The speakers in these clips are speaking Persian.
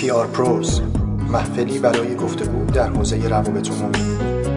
PR پروز، محفلی برای گفتگو در حوزه روابط عمومی.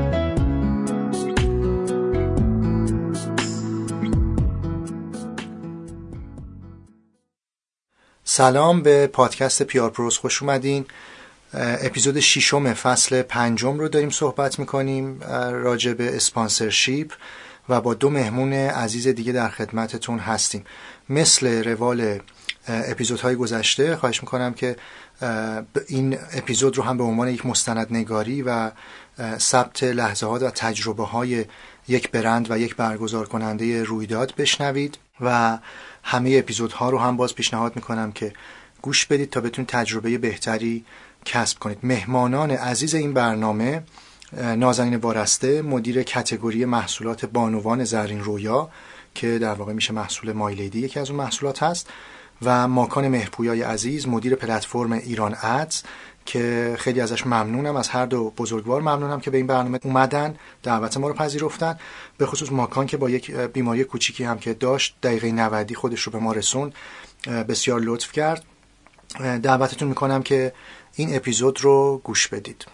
سلام، به پادکست PR پروز خوش اومدین. اپیزود 6 فصل 5 رو داریم صحبت میکنیم راجع به اسپانسرشیپ و با 2 مهمون عزیز دیگه در خدمتتون هستیم. مثل روال اپیزودهای گذشته خواهش میکنم که این اپیزود رو هم به عنوان یک مستندنگاری و ثبت لحظات و تجربه های یک برند و یک برگزار کننده رویداد بشنوید و همه اپیزودها رو هم باز پیشنهاد میکنم که گوش بدید تا بتونید تجربه بهتری کسب کنید. مهمانان عزیز این برنامه: نازنین وارسته، مدیر کاتگوری محصولات بانوان زرین رویا که در واقع میشه محصول مایلیدی، یکی از اون محصولات هست، و ماکان مهرپویای عزیز، مدیر پلتفرم ایران ادز که خیلی ازش ممنونم. از هر دو بزرگوار ممنونم که به این برنامه اومدن، دعوت ما رو پذیرفتن. به خصوص ماکان که با یک بیماری کوچیکی هم که داشت دقیقه 90 خودش رو به ما رسوند، بسیار لطف کرد. دعوتتون میکنم که این اپیزود رو گوش بدید.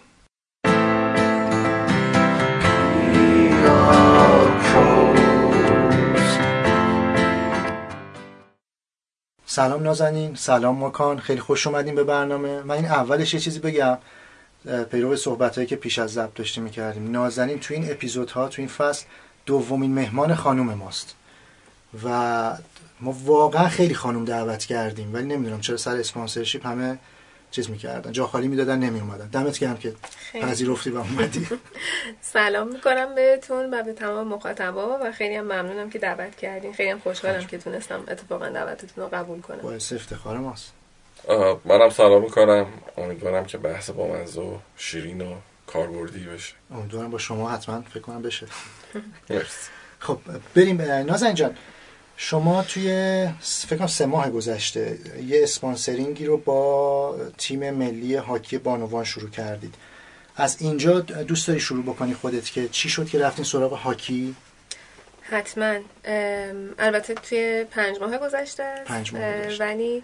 سلام نازنین، سلام ماکان، خیلی خوش اومدین به برنامه. من این اولش یه چیزی بگم پیرو صحبتایی که پیش از ضبط داشتیم می‌کردیم. نازنین تو این اپیزودها، تو این فصل، دومین مهمان خانم ماست و ما واقعا خیلی خانم دعوت کردیم ولی نمیدونم چرا سر اسپانسرشیپ همه چیز می‌کردن، جا خالی میدادن، نمیومدن. دمت گرم که پذیرفتی و اومدی. سلام میکنم بهتون و به تمام مخاطبا و خیلی هم ممنونم که دعوت کردین. خیلی هم خوشحالم که تونستم اتفاقا دعوتتون رو قبول کنم. باعث افتخار ماست. منم سلام میکنم. امیدوارم که بحث با منزه و شیرین و کاربردی بشه. امیدوارم با شما حتما فکر کنم بشه. مرسی. خب بریم. نازنین جان، شما توی فکر کنم 3 ماه گذشته یه اسپانسرینگی رو با تیم ملی هاکی بانوان شروع کردید. از اینجا دوست داری شروع بکنی خودت که چی شد که رفتین سراغ هاکی؟ حتما. البته توی 5 ماه گذشته 5 ماه گذشته. ولی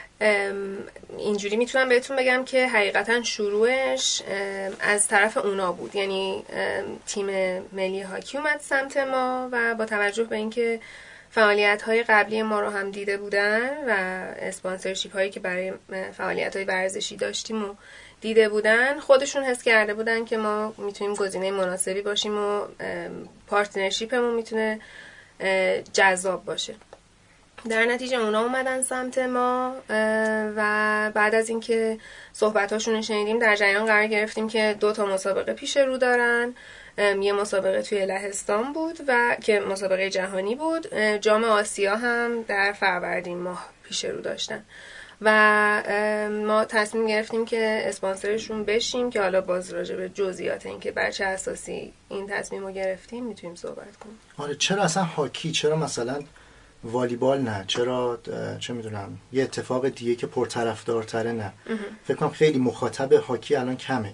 اینجوری میتونم بهتون بگم که حقیقتا شروعش از طرف اونا بود. یعنی تیم ملی هاکی اومد سمت ما و با توجه به اینکه فعالیت‌های قبلی ما رو هم دیده بودن و اسپانسرشیپ هایی که برای فعالیت‌های ورزشی داشتیم و دیده بودن، خودشون حس کرده بودن که ما میتونیم گزینه مناسبی باشیم و پارتنرشیپمون میتونه جذاب باشه. در نتیجه اونا اومدن سمت ما و بعد از اینکه صحبتاشون رو شنیدیم در جریان قرار گرفتیم که 2 مسابقه پیش رو دارن. یه مسابقه توی لهستان بود و که مسابقه جهانی بود. جام آسیا هم در فروردین ماه پیش رو داشتن و ما تصمیم گرفتیم که اسپانسرشون بشیم که حالا باز راجع به جزئیات این که بر چه اساسی این تصمیم رو گرفتیم میتونیم صحبت کنیم. آره، چرا اصلا هاکی؟ چرا مثلا والیبال نه؟ چرا چه میدونم یه اتفاق دیگه که پرطرفدارتره نه؟ فکر کنم خیلی مخاطب هاکی الان کمه.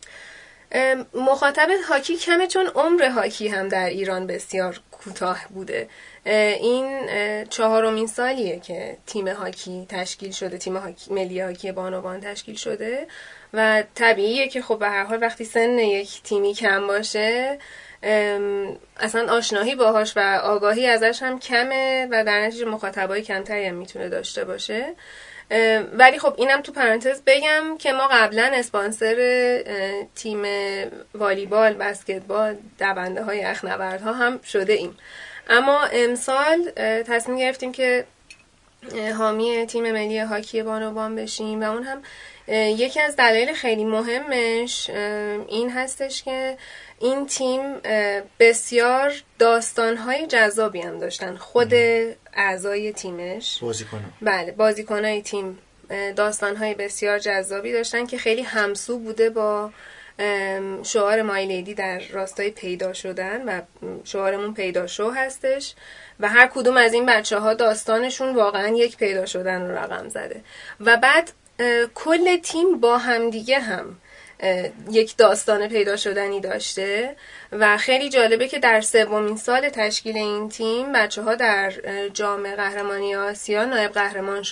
مخاطب هاکی کمه چون عمر هاکی هم در ایران بسیار کوتاه بوده. این 4مین سالیه که تیم هاکی تشکیل شده، تیم هاکی ملی هاکی بانوان تشکیل شده و طبیعیه که خب به هر حال وقتی سن یک تیمی کم باشه اصلا آشنایی باهاش و آگاهی ازش هم کمه و در نتیجه مخاطبای کمتری هم میتونه داشته باشه. ولی خب اینم تو پرانتز بگم که ما قبلا اسپانسر تیم والیبال، بسکتبال، دونده های اخنوردها هم شده ایم، اما امسال تصمیم گرفتیم که حامی تیم ملی هاکی بانوان بشیم و اون هم یکی از دلایل خیلی مهمش این هستش که این تیم بسیار داستان‌های جذابی هم داشتن. خود اعضای تیمش، بازیکنای تیم داستان‌های بسیار جذابی داشتن که خیلی همسو بوده با شعار مایلیدی در راستای پیدا شدن و شعارمون پیدا شو هستش و هر کدوم از این بچه‌ها داستانشون واقعا یک پیدا شدن رو رقم زده و بعد کل تیم با همدیگه هم یک داستان پیدا شدنی داشته و خیلی جالبه که در 3مین سال تشکیل این تیم بچه‌ها در جام قهرمانی آسیا نایب قهرمان شدن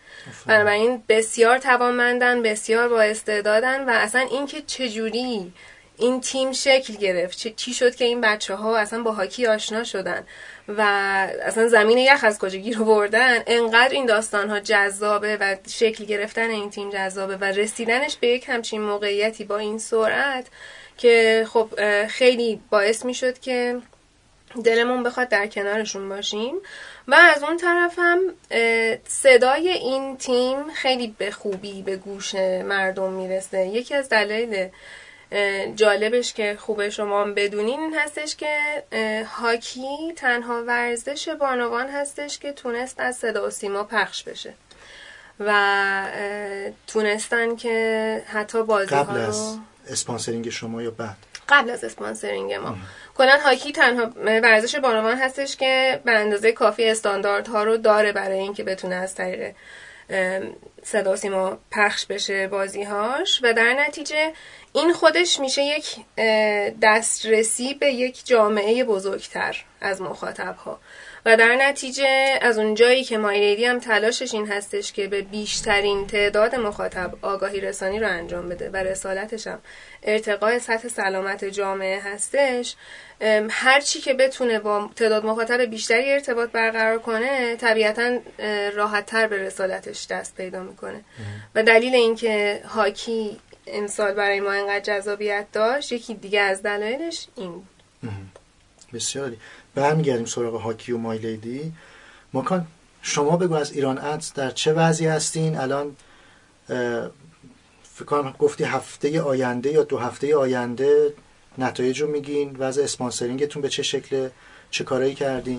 بنابراین بسیار توانمندن، بسیار با استعدادن و اصلا اینکه چجوری این تیم شکل گرفت، چی شد که این بچه‌ها اصلا با هاکی آشنا شدن و اصلا زمین یخ از کجا گیر آوردن، انقدر این داستان‌ها جذابه و شکل گرفتن این تیم جذابه و رسیدنش به یک همچین موقعیتی با این سرعت که خب خیلی باعث میشد که دلمون بخواد در کنارشون باشیم. و از اون طرف هم صدای این تیم خیلی به خوبی به گوش مردم میرسه. یکی از دلایل جالبش که خوبه شما بدونین این هستش که هاکی تنها ورزش بانوان هستش که تونست از صدا و سیما پخش بشه و تونستن که حتی بازی ها قبل از اسپانسرینگ شما یا بعد؟ قبل از اسپانسرینگ ما. کلا هاکی تنها ورزش بانوان هستش که به اندازه کافی استانداردها رو داره برای اینکه بتونه از طریق صدا و سیما پخش بشه بازیهاش و در نتیجه این خودش میشه یک دسترسی به یک جامعه بزرگتر از مخاطبها و در نتیجه از اون جایی که مایلیدی هم تلاشش این هستش که به بیشترین تعداد مخاطب آگاهی رسانی رو انجام بده و رسالتش هم ارتقاء سطح سلامت جامعه هستش، هر چی که بتونه با تعداد مخاطب بیشتری ارتباط برقرار کنه طبیعتاً راحت‌تر به رسالتش دست پیدا میکنه و دلیل اینکه هاکی امسال برای ما اینقدر جذابیت داشت یکی دیگه از دلایلش این بود. بسیاری. برمیگردیم سراغ هاکی و مایلیدی. ماکان شما بگو از ایران ادز در چه وضعی هستین الان؟ فکر کنم گفتی هفته آینده یا 2 هفته آینده نتایج رو میگین، وضع اسپانسرینگتون به چه شکله، چه کارایی کردین؟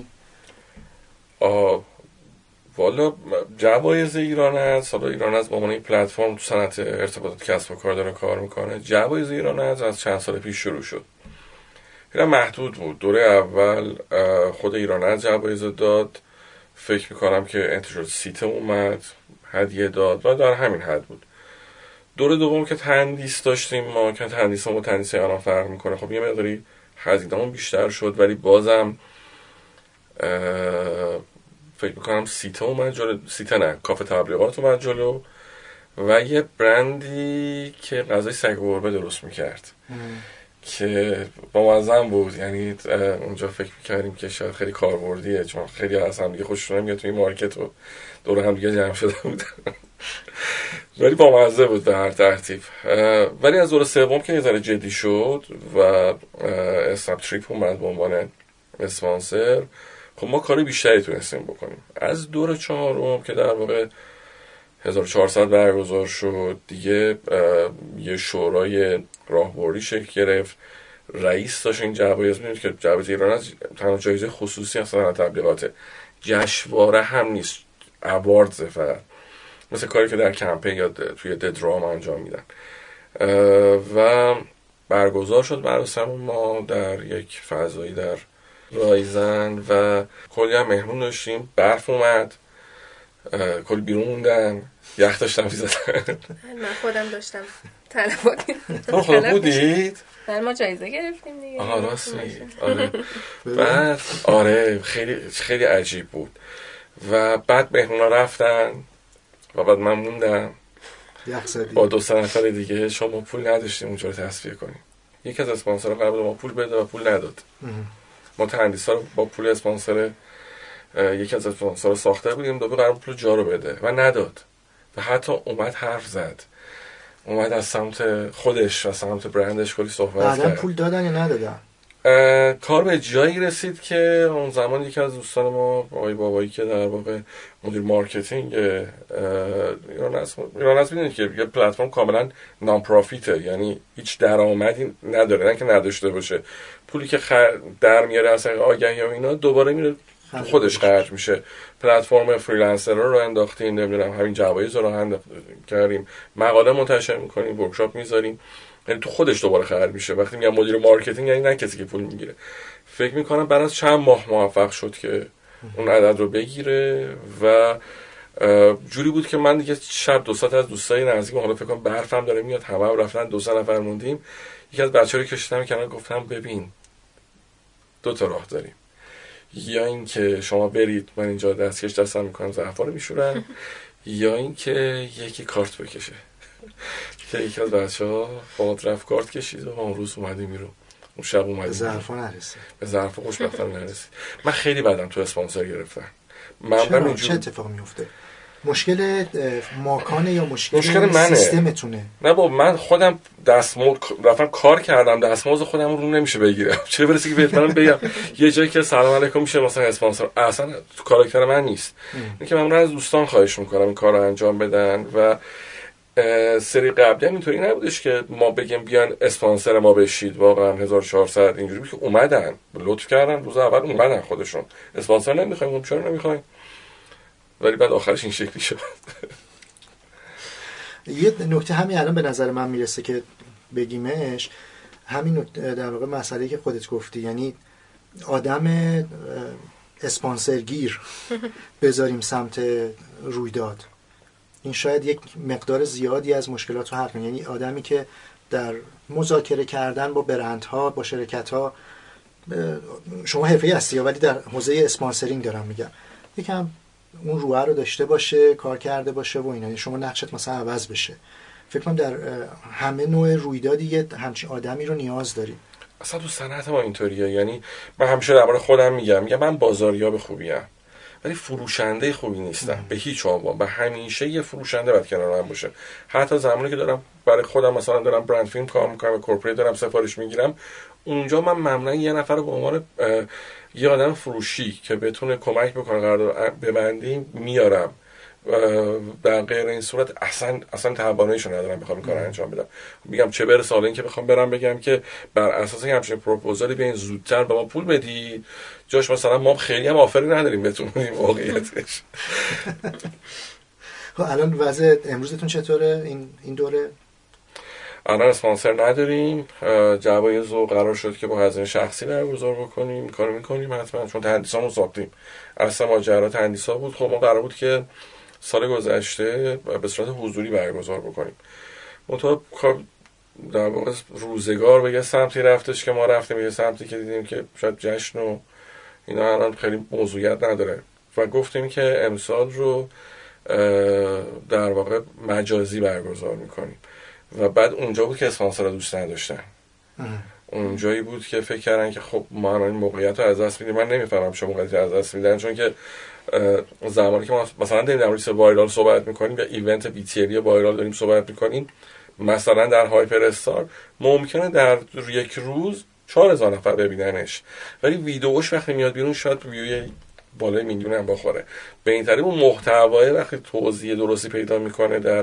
والا جوایز ایران ادز، حالا ایران ادز به عنوان این پلتفرم تو صنعت ارتباطات کسب و کار داره کار میکنه. جوایز ایران ادز از چند سال پیش شروع شد، خیلی محدود بود. دوره اول خود ایران ادز جوایز داد، فکر میکنم که انتشار سیت اومد هدیه داد و در همین حد بود. دوره دوم که تندیس داشتیم ما، که تندیس ما تندیس الان فرق میکنه، خب یه مقداری هزینه‌مون بیشتر شد ولی بازم فکر میکنم سیت اومد جلو، سیت نه کافه تبلیغات اومد جلو و یه برندی که غذای سگ و گربه درست میکرد که با مزن بود. یعنی اونجا فکر میکردیم که شاید خیلی کاربردیه چون خیلی از هم دیگه خوششون نمیاد توی مارکت و دور هم دیگه جمع شده بود ولی با مزه بود به هر ترتیب. ولی از دور سوم که یه ذره جدی شد و اسنپ تریپ اومد به عنوان اسپانسر، خب ما کاری بیشتری تونستیم بکنیم. از دور چهارم که در واقع 1400 برگزار شد دیگه، یه شورای راهبردی شکل گرفت، رئیس داشت این جوایز. می‌دونید که جوایز ایران از تنها جایزه خصوصی از صنعت تبلیغاته، جشنواره هم نیست، اواردز فقط، مثل کاری که در کمپین یا توی ددرام انجام میدن. و برگزار شد مراسم ما در یک فضایی در رایزن و کلی هم مهمون داشتیم. برف اومد، کلی بیرون موندن، یخ داشتم میزدن. من خودم داشتم تلفاقی. خب بودید؟ ما جایزه گرفتیم دیگه. آها راست میگی. بعد آره خیلی عجیب بود و بعد مهمونا رفتن و بعد من موندم با 2 نفر دیگه. شما پول نداشتیم اونجا رو تصفیه کنیم. یکی از اسپانسرها قرار بود ما پول بده و پول نداد. ما تندیسا رو با پول اسپانسر یکی از اسپانسرها ساخته بودیم، دوباره قرار بود پول جا رو بده و نداد و حتی اومد حرف زد، اومد از سمت خودش و سمت برندش کلی صحبت کرد. بعدن پول دادن یا ندادن؟ کار به جایی رسید که اون زمان یکی از دوستان ما آقای بابایی که در واقع مدیر مارکتینگ ایران هست میدونید که یه پلتفرم کاملا نان پروفیته، یعنی هیچ درآمدی نداره، نه که نداشته باشه. پولی که در میاره از آگهی و اینا دوباره میره تو خودش خرج میشه. پلتفرم فریلنسرها رو انداختیم، نمیدونم همین جوایز رو کردیم، مقاله منتشر میکنیم، ورکشاپ میذاریم، یعنی تو خودش دوباره خرج میشه. وقتی میگم مدیر مارکتینگ یعنی نه کسی که پول میگیره. فکر میکنم بعد از چند ماه موفق شد که اون عدد رو بگیره و جوری بود که من دیگه شب 2 ساعت از دوستای نزدیکم، حالا فکر کنم برفم داره میاد، همه رفتن، 2 نفر موندیم. یکی از بچه‌ها رو کشیدم کنار، گفتم ببین 2 تا راه داریم، یا این که شما برید من اینجا دستکش دستم میکنم ظرفا رو میشورم، یا اینکه یکی کارت بکشه که یکی از بچه‌ها فقط رفت کارت کشید و اون روز اومدیم بیرون، اون شب اومدیم به ظرفا نرسید، به ظرفا خوشبختانه نرسید. من خیلی بدم تو اسپانسر گرفتن. چه اتفاق میفته؟ مشکل ماکانه یا مشکل منه؟ سیستمتونه؟ نه بابا، من خودم دستمزد رفتم کار کردم، دستمزد خودم رو نمیشه بگیرم، چه برسه که بهترم بگم یه جایی که سلام علیکم میشه مثلا اسپانسر، اصلا تو کاراکتر من نیست. اینکه من از دوستان خواهش میکنم این کارو انجام بدن و سری قبلی هم اینطوری نبودش که ما بگیم بیان اسپانسر ما بشید. واقعا 1400 اینجوری بود که اومدن لطف کردن، روز اول اومدن خودشون اسپانسر نمیخوایم، چرا نمیخوایم، ولی بعد آخرش این شکلی شد. یه نکته همین الان به نظر من میرسه که بگیمش، همین در واقع مسئله که خودت گفتی، یعنی آدم اسپانسرگیر بذاریم سمت رویداد، این شاید یک مقدار زیادی از مشکلات رو حل کنه. یعنی آدمی که در مذاکره کردن با برندها، با شرکت‌ها، شما حرفه‌ای هستی ولی در حوزه اسپانسرینگ دارم میگم، یکم اون روح رو داشته باشه، کار کرده باشه و اینا، شما نقشت مثلا عوض بشه. فکر کنم در همه نوع رویدادی یه همچین آدمی رو نیاز داریم. اصلا تو صنعت ما اینطوریه. یعنی من همیشه درباره خودم میگم من بازاریاب خوبیم ولی فروشنده خوبی نیستم به هیچ عنوان. و همیشه یه فروشنده باید کنار من باشه. حتی زمانی که دارم برای خودم مثلا دارم برند فیلم کار میکنم، کورپوریت دارم سفارش میگیرم، اونجا من معمولا یه نفر رو به عنوان یه آدم فروشی که بتونه کمک بکنه قرارداد ببندیم میارم. در غیر این صورت اصلا تواناییشو ندارم بخوام این کارو انجام بدم. میگم چه برسه حالا اینکه بخوام برم بگم که بر اساس همچین پروپوزالی بیاین زودتر به ما پول بدید، جاش مثلا ما خیلی هم آفری نداریم بهتون بدیم واقعیتش. خب الان وضع امروزتون چطوره این دوره؟ الان اسپانسر نداریم، جوایز رو قرار شد که با هزینه شخصی برگزار بکنیم، کارو میکنیم حتما چون تندیسامون ساختیم. اصلا ماجرا تندیسا بود. خب ما قرار بود که سال گذشته به صورت حضوری برگزار بکنیم. منتها در واقع روزگار به یه سمتی رفتش که ما رفتیم یه سمتی که دیدیم که شاید جشن و اینا الان خیلی موضوعیت نداره و گفتیم که امسال رو در واقع مجازی برگزار میکنیم. و بعد اونجا بود که اسپانسرها دوست نداشتن. اونجایی بود که فکر کردن که خب ما این موقعیت رو از دست میدیم. من نمیفهمم چه موقعیتی از دست میدن، چون که زمانی که ما مثلا داریم در مورد وایرال صحبت میکنیم یا ایونت بی‌تی‌ای وایرال داریم صحبت میکنیم، مثلا در هایپر استار ممکنه در یک روز 4000 نفر ببیننش، ولی ویدیوش وقتی میاد بیرون شاید ویوی بالای میلیون هم بخوره. به این طریق اون محتوای وقتی توضیح درستی پیدا میکنه در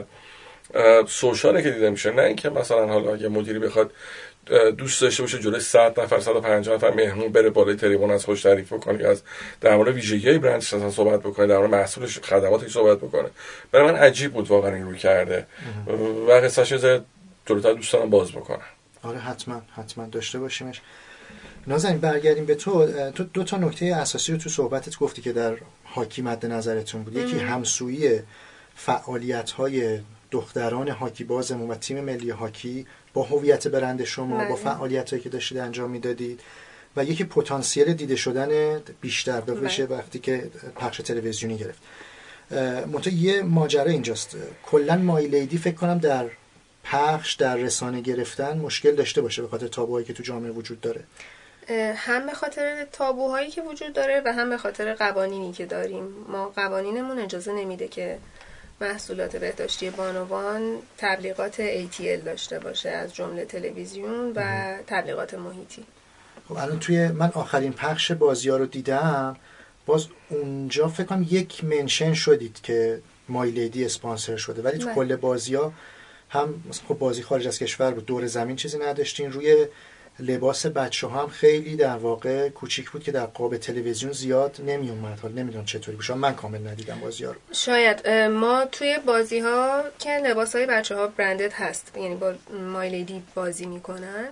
سوشاله که دیده میشه، نه اینکه مثلا حالا اگه مدیری بخواد دوست داشته باشه جلوی 100 نفر 150 نفر مهمون بره بالای تریبون از خودش تعریف بکنه یا از در مورد ویژگی‌های برندش اصلا صحبت بکنه، در مورد محصولش خدماتش صحبت بکنه. برای من عجیب بود واقعا این رو کرده و قصه‌اش جلوتر دوستانم باز بکنه. آره حتما داشته باشیمش. نازنین برگردیم به تو دو تا نکته اساسی رو تو صحبتت گفتی که در هاکی مد نظرتون بود. یکی همسویی فعالیت‌های دختران هاکی بازمون و تیم ملی هاکی با هویت برند شما، با فعالیتایی که داشتید انجام میدادید، و یکی پتانسیل دیده شدن بیشتر بشه وقتی که پخش تلویزیونی گرفت. منتها یه ماجرا اینجاست، کلا مایلیدی فکر کنم در پخش در رسانه گرفتن مشکل داشته باشه به خاطر تابوهایی که تو جامعه وجود داره. هم به خاطر تابوهایی که وجود داره و هم به خاطر قوانینی که داریم. ما قوانینمون اجازه نمیده که محصولات بهداشتی بانوان تبلیغات ATL داشته باشه، از جمله تلویزیون و تبلیغات محیطی. خب الان من آخرین پخش بازی‌ها رو دیدم، باز اونجا فکر کنم یک منشن شدید که مایلیدی اسپانسر شده، ولی تو کل بازی‌ها هم خب بازی خارج از کشور بود، دور زمین چیزی نداشتین، روی لباس بچه‌ها هم خیلی در واقع کوچیک بود که در قاب تلویزیون زیاد نمی اومد. حالا نمیدونم چطوری باشه، من کامل ندیدم بازی‌ها رو. شاید ما توی بازی‌ها که لباس‌های بچه‌ها برندد هست، یعنی با مایلیدی بازی میکنن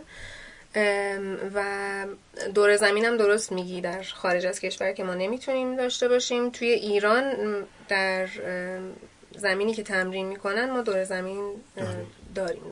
و دور زمین هم درست میگی در خارج از کشور که ما نمیتونیم داشته باشیم. توی ایران در زمینی که تمرین میکنن ما دور زمین داریم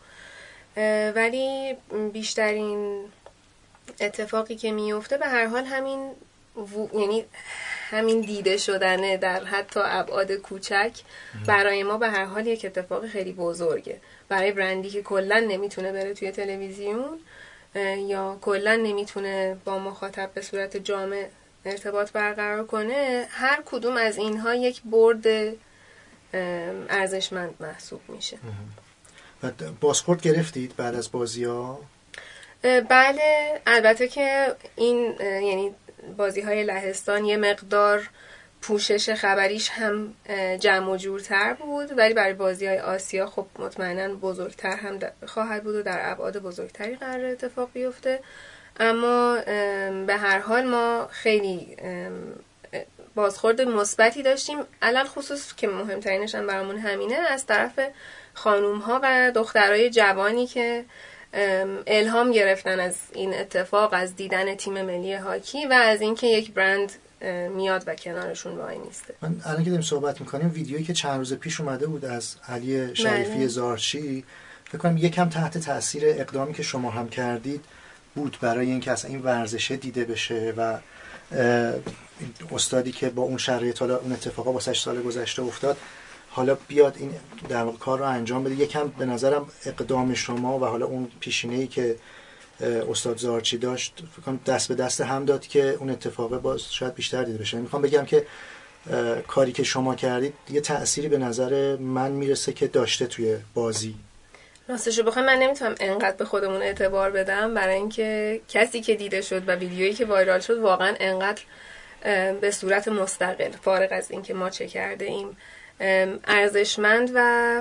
ولی بیشترین اتفاقی که میفته به هر حال همین یعنی همین دیده شدنه در حتی ابعاد کوچک برای ما به هر حال یک اتفاق خیلی بزرگه. برای برندی که کلا نمیتونه بره توی تلویزیون یا کلا نمیتونه با مخاطب به صورت جامع ارتباط برقرار کنه، هر کدوم از اینها یک برد ارزشمند محسوب میشه. و بازخورد گرفتید بعد از بازی‌ها؟ بله، البته که این یعنی بازی‌های لهستان یه مقدار پوشش خبریش هم جمع و جورتر بود، ولی برای بازی‌های آسیا خب مطمئناً بزرگتر هم خواهد بود و در ابعاد بزرگتری قرار اتفاق بیفته. اما به هر حال ما خیلی بازخورد مثبتی داشتیم، علل خصوص که مهمترینش هم برامون همینه، از طرف خانوم‌ها و دخترای جوانی که الهام گرفتن از این اتفاق، از دیدن تیم ملی هاکی و از اینکه یک برند میاد و کنارشون وای میسته. من الان که داریم صحبت میکنیم، ویدیویی که چند روز پیش اومده بود از علی شریفی زارچی، فکر کنم یکم تحت تاثیر اقدامی که شما هم کردید بود برای اینکه اصلا این ورزشه دیده بشه و استادی که با اون شرایط حالا اون اتفاقا با 8 سال گذشته افتاد حالا بیاد این در واقع کار رو انجام بده. یکم به نظرم اقدام شما و حالا اون پیشینه‌ای که استاد زارچی داشت فکر کنم دست به دست هم داد که اون اتفاق باز شاید بیشتر دیده بشه. میخوام بگم که کاری که شما کردید یه تأثیری به نظر من میرسه که داشته توی بازی. راستشو بخوام من نمیتونم انقدر به خودمون اعتبار بدم، برای اینکه کسی که دیده شد و ویدیویی که وایرال شد واقعا انقدر به صورت مستقل، فارغ از اینکه ما چه کرده ایم، ارزشمند و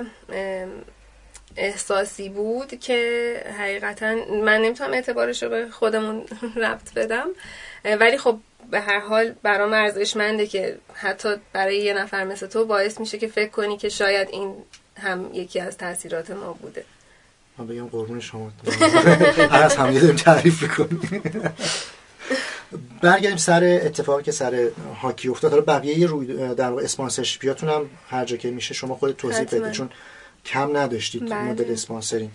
احساسی بود که حقیقتا من نمیتونم اعتبارش رو به خودمون ربط بدم، ولی خب به هر حال برام ارزشمنده که حتی برای یه نفر مثل تو باعث میشه که فکر کنی که شاید این هم یکی از تاثیرات ما بوده. من بگم قربون شما هر از هم یه داریم تعریف بکنیم. برگردیم سر اتفاقی که سر هاکی افتاد. حالا بقیه یه روی در واقع اسپانسرشیپیاتون هم هر جا که میشه شما خودت توضیح بدید، چون کم نداشتید مدل اسپانسرینگ.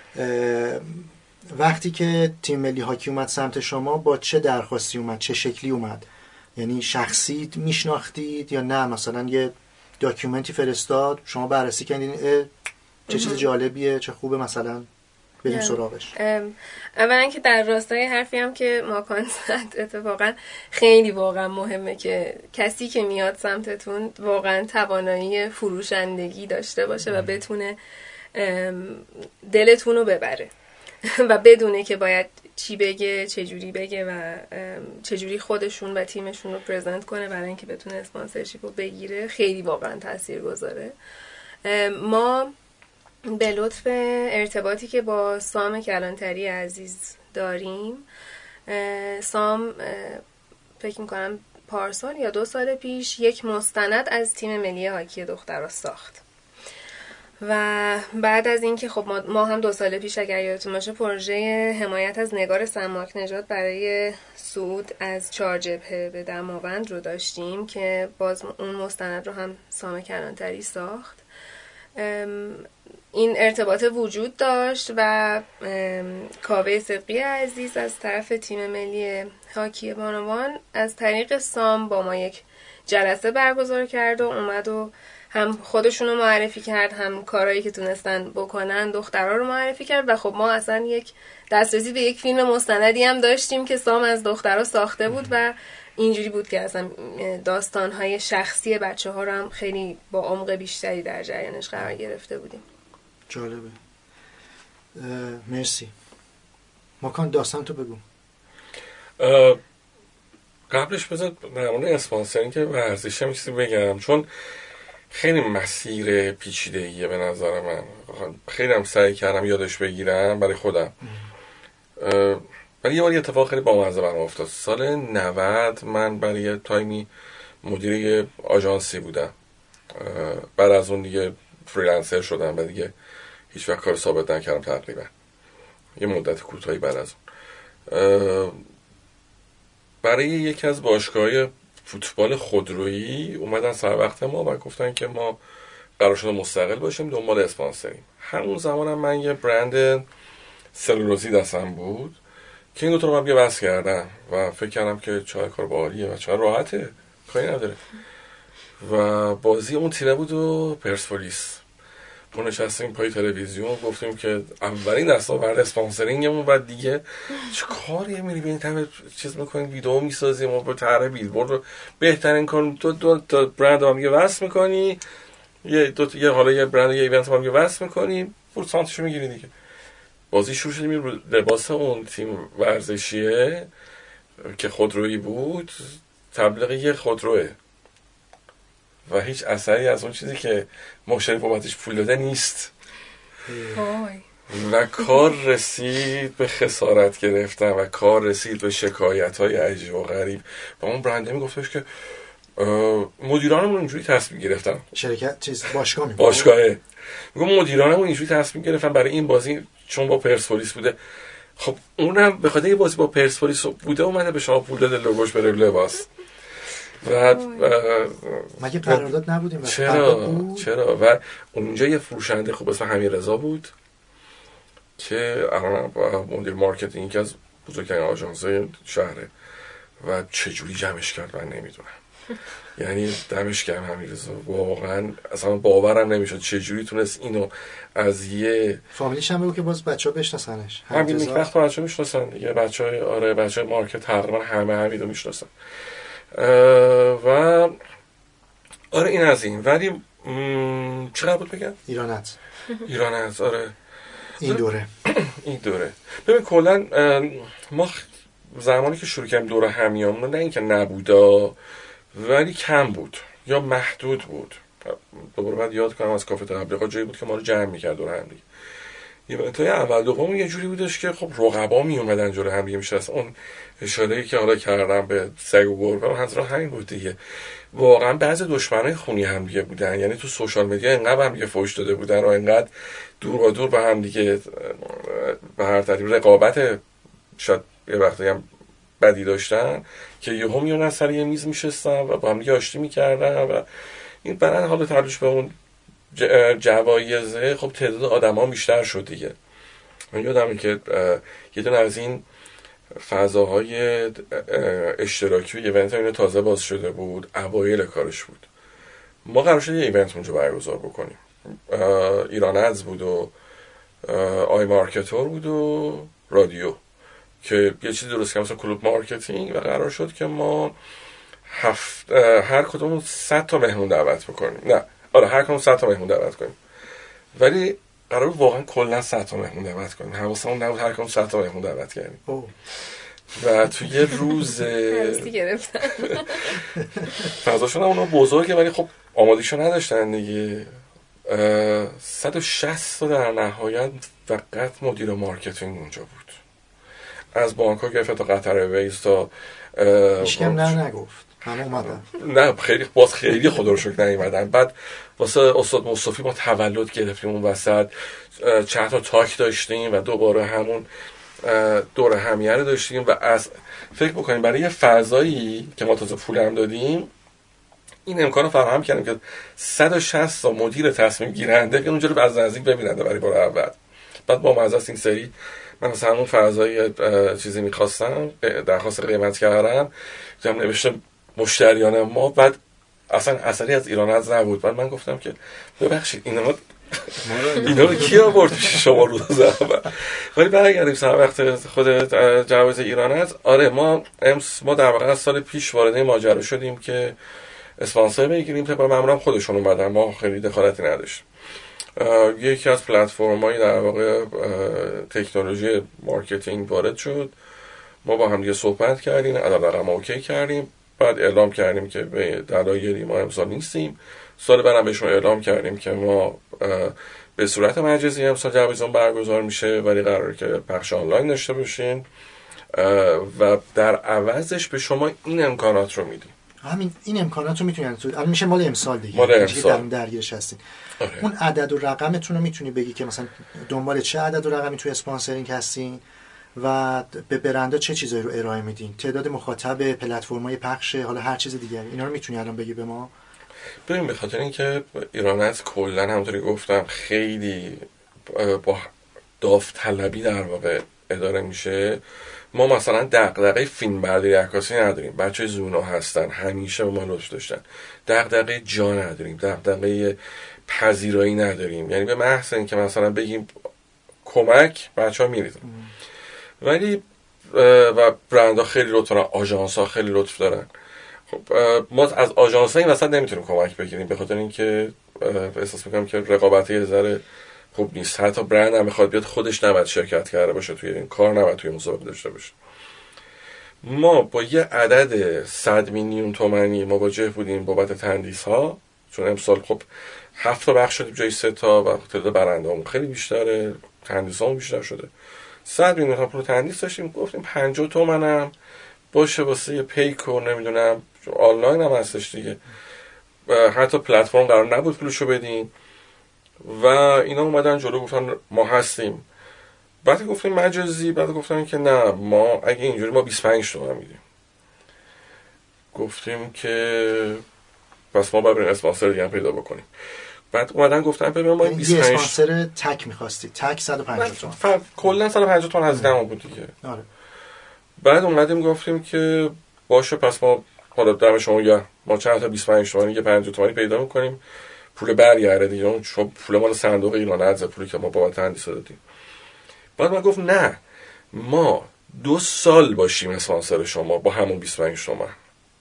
وقتی که تیم ملی هاکی اومد سمت شما با چه درخواستی اومد، چه شکلی اومد؟ یعنی شخصی میشناختید یا نه مثلا یه داکیومنتی فرستاد شما بررسی کردین چه چیز جالبیه، چه خوبه، مثلا بریم سراغش؟ اولا که در راستای حرفی هم که ماکان زد، اتفاقا خیلی واقعا مهمه که کسی که میاد سمتتون واقعا توانایی فروشندگی داشته باشه و بتونه دلتون رو ببره و بدونه که باید چی بگه، چجوری بگه و چجوری خودشون و تیمشون رو پرزنت کنه برای اینکه بتونه اسپانسرشیپ رو بگیره. خیلی واقعا تأثیر گذاره. ما به لطف ارتباطی که با سام کلانتری عزیز داریم، سام فکر میکنم پارسال یا 2 سال پیش یک مستند از تیم ملی هاکی دخترها ساخت و بعد از اینکه خب ما هم 2 سال پیش اگر یادتون باشه پروژه حمایت از نگار سماک نژاد برای صعود از 4 جبهه به دماوند رو داشتیم که باز اون مستند رو هم سام کلانتری ساخت. این ارتباط وجود داشت و کاوه صدقی عزیز از طرف تیم ملی هاکی بانوان از طریق سام با ما یک جلسه برگزار کرد و اومد و هم خودشونو معرفی کرد، هم کارهایی که تونستن بکنن دخترها رو معرفی کرد و خب ما اصلا یک دسترسی به یک فیلم مستندی هم داشتیم که سام از دخترها ساخته بود و اینجوری بود که اصلا داستانهای شخصی بچه‌ها رو هم خیلی با عمق بیشتری در جریانش قرار گرفته بودیم. جالبه. مرسی. ماکان داستان تو بگو. قبلش بذار در مورد اسپانسرینگ که ورزشی هم چیزی بگم، چون خیلی مسیر پیچیده‌ایه به نظر من. خیلی هم سعی کردم یادش بگیرم برای خودم. ولی یه بار یه اتفاق خیلی بامزه برام افتاد. سال 90 من برای یه تایمی مدیر آژانسی بودم. بعد از اون دیگه فریلنسر شدم و دیگه هیچ وقت کار ثابت نکردم تقریبا. یه مدت کوتاهی بعد از اون برای یکی از باشگاه‌های فوتبال خودرویی اومدن سر وقت ما و گفتن که ما قرار شده مستقل باشیم دنبال اسپانسریم. همون زمانم من یه برند سلولوزی دستم بود که این 2 تا رو من بس کردم و فکر کردم که چقدر کار باحالیه و چقدر راحته کاری نداره. و بازی اون تیمه بود و پرسپولیس. ما نشستیم پای تلویزیون گفتیم که اولین دستاورد اسپانسرینگمون بعد دیگه چه کاری میری ببین تمام چیز میکنیم، ویدیو میسازیم و با طرح بیلبورد رو بهترین کار دو تا برند هم دیگه وصل میکنی، یه حالا یه برند یه ایونت هم دیگه وصل میکنی، پورسانتشو میگیری دیگه. بازی شروع شد، میریم لباس اون تیم ورزشیه که خودرویی بود تبلیغ یه خودروه و هیچ اثری از اون چیزی که مشتری بابتش پول داده نیست و کار رسید به خسارت گرفتن و کار رسید به شکایت‌های عجیب و غریب و اون برنده میگفتش که مدیرانمون اینجوری تصمیم گرفتن، شرکت چیز باشگاهه میگم مدیرانمون اینجوری تصمیم گرفتن برای این بازی چون با پرسپولیس بوده. خب اونم به خاطر بازی با پرسپولیس بوده اومده به شما پول داده لوگوش بره لباس. مگه قرارداد نبودیم؟ چرا و اونجا یه فروشنده خوب اسم حمیدرضا بود که الان مدیر مارکتینگ از بزرگترین آژانس‌های شهره و چجوری جمعش کرد من نمیدونم. یعنی دمش گرم حمیدرضا، واقعا اصلا باورم نمیشد چجوری تونست اینو از یه فامیلیش هم بگو که باز بچه‌ها بشناسنش. همین یک وقت بچه‌ها میشناسن دیگه، بچه‌های آره بچه‌های مارکت تقریبا همه حمیدو میشناسن و آره این از این. ولی چقدر بود بگم؟ ایرانت آره این دوره ببین کلا ما زمانی که شروع کردیم دوره همیامون نه اینکه نبودا ولی کم بود یا محدود بود. دوباره بعد یاد کنم از کافه تبلیغات جایی بود که ما رو جمع می‌کرد دور هم دیگه. ایونت‌های اول دوم یه جوری بودش که خب رقبا می اومدن جلوی هم دیگه میشستن. اون اشاره‌ای که حالا کردم به سگ و گربه منظورم همین بود دیگه. واقعا بعضی دشمنای خونی هم دیگه بودن، یعنی تو سوشال مدیا اینقدر هم دیگه فوش داده بودن و اینقدر دور و دور به هم دیگه به هر طریق رقابت شاید یه وقتی هم بدی داشتن که یهو میونن سر یه میز میشستن و با هم دیگه آشتی میکردن و این برن حالا تعلقش به اون جوایزه خب تعداد آدم ها بیشتر شد دیگه. من یادمه که یه دونه از این فضاهای اشتراکی و ایونت ها اینو تازه باز شده بود، اوایل کارش بود. ما قرار شد یه ایونت اونجا برگزار بکنیم. ایران ادز بود و آی مارکتور بود و رادیو که یه چیزی درست کردیم مثلا کلوب مارکتینگ و قرار شد که ما هر کدوم 100 تا مهمون دعوت بکنیم. نه آره هر کدوم 100 تا مهمون دعوت کنیم، ولی قرار واقعا کلا 100 تا مهمون دعوت کنیم. حواسمون نبود هر کدوم 100 تا مهمون دعوت کردیم و تو یه روز گرفتن فضاشون هم اونا بزرگه ولی خب آمادگیشو نداشتن دیگه. 160 تا در نهایت فقط مدیر مارکتینگ اونجا بود، از بانک ها گرفت تا قطر اویز تا هیچکم نگفت همه اومدن. نه خیلی خدا رو شکر نیومدن. بعد واسه استاد مصطفی ما تولد گرفتیم اون وسط، چند تا تاک داشتیم و دوباره همون دور همیه رو داشتیم و از فکر بکنیم برای یه فضایی که ما تازه پول هم دادیم این امکان رو فراهم کردیم که 160 تا مدیر تصمیم گیرنده بیان اونجا رو از نزدیک ببیننده برای بار اول. بعد با مزه این سری من مثلا همون فضایی چیزی میخواستم درخواست قیمت کردم دیدم نوشتم مشتریان ما، بعد اصلا اثری از ایران ادز نبود. بعد من گفتم که ببخشید اینا رو کی آورد پیش شما روز اول؟ ولی برگردیم سر وقت خود جواز ایران ادز. آره ما در واقع از سال پیش وارد این ماجرا شدیم که اسپانسر بگیریم، طبق معمولا خودشون اومدن، ما خیلی دخالتی نداشتیم. یکی از پلتفرم‌های در واقع تکنولوژی مارکتینگ وارد شد، ما با هم دیگه صحبت کردیم، عدد رقم اوکی کردیم، بعد اعلام کردیم که به دلایلی ما امسال نیستیم. سال بعدم بهشون اعلام کردیم که ما به صورت مجازی امسال جوایزمون برگزار میشه ولی قراره که پخش آنلاین داشته باشین و در عوضش به شما این امکانات رو میدیم. همین این امکانات رو میتونین الان میشه مال امسال دیگه، مال امسال درگیرش هستین. آره. اون عدد و رقمتون رو میتونی بگی که مثلا دنبال چه عدد و رقمی توی اسپانسرینگ هستین و به برندا چه چیزایی رو ارائه میدین، تعداد مخاطب، پلتفرم‌های پخش، حالا هر چیز دیگری، اینا رو میتونی الان بگی به ما؟ ببین به خاطر اینکه ایران ادز کلا همونطوری گفتم خیلی با داوطلبی در واقع اداره میشه. ما مثلا دغدغه فیلم برداری عکاسی نداریم، بچهای زونا هستن همیشه به ما لطف داشتن. دغدغه جا نداریم، دغدغه پذیرایی نداریم، یعنی به محض اینکه مثلا بگیم کمک بچه‌ها میریزن. ولی و برندها خیلی لطف دارن، آژانس‌ها خیلی لطف دارن. خب ما از آژانس‌ها این وسط نمیتونیم کمک بگیریم به خاطر اینکه احساس میکنم که رقابت یه ذره خوب نیست. حتی برند هم میخواد بیاد خودش نباید شرکت کرده باشه توی این کار، نباید توی مسابقه داشته باشه. ما با یه عدد 100 میلیون تومانی مواجه بودیم بابت تندیس ها، چون امسال خب 7 تا بخش شدیم جای 3 تا و تعداد برنده‌مون خیلی بیشتره، تندیس هامون بیشتر شده. 100 میلیون تومان تندیس داشتیم، گفتیم 50 تومن هم باشه واسه یه پیک و نمیدونم آنلاین هم هستش دیگه، حتی پلتفرم قرار نبود پولشو بدیم و اینا اومدن جلو گفتن ما هستیم. بعد گفتیم مجازی، بعد گفتن که نه ما اگه اینجوری ما 25 تومن میدیم. گفتیم که پس ما باید اسپانسر دیگه هم پیدا بکنیم. بعد اومدن گفتن ببین ما 25 اسپانسر تک می‌خواستی، تک 150 تومن کلا 150 تومن هزینه ما بود دیگه. آره. بعد اومدیم گفتیم که باشه پس ما حالا دم شما یا ما چند تا 25 تومانی یه 50 تومانی پیدا می‌کنیم، پول برگرده دیگه، چون پول مال صندوق ایران از پولی که ما بابت تندیس دادیم. بعد من گفت نه ما 2 سال باشیم اسپانسر شما با همون 25 تومن.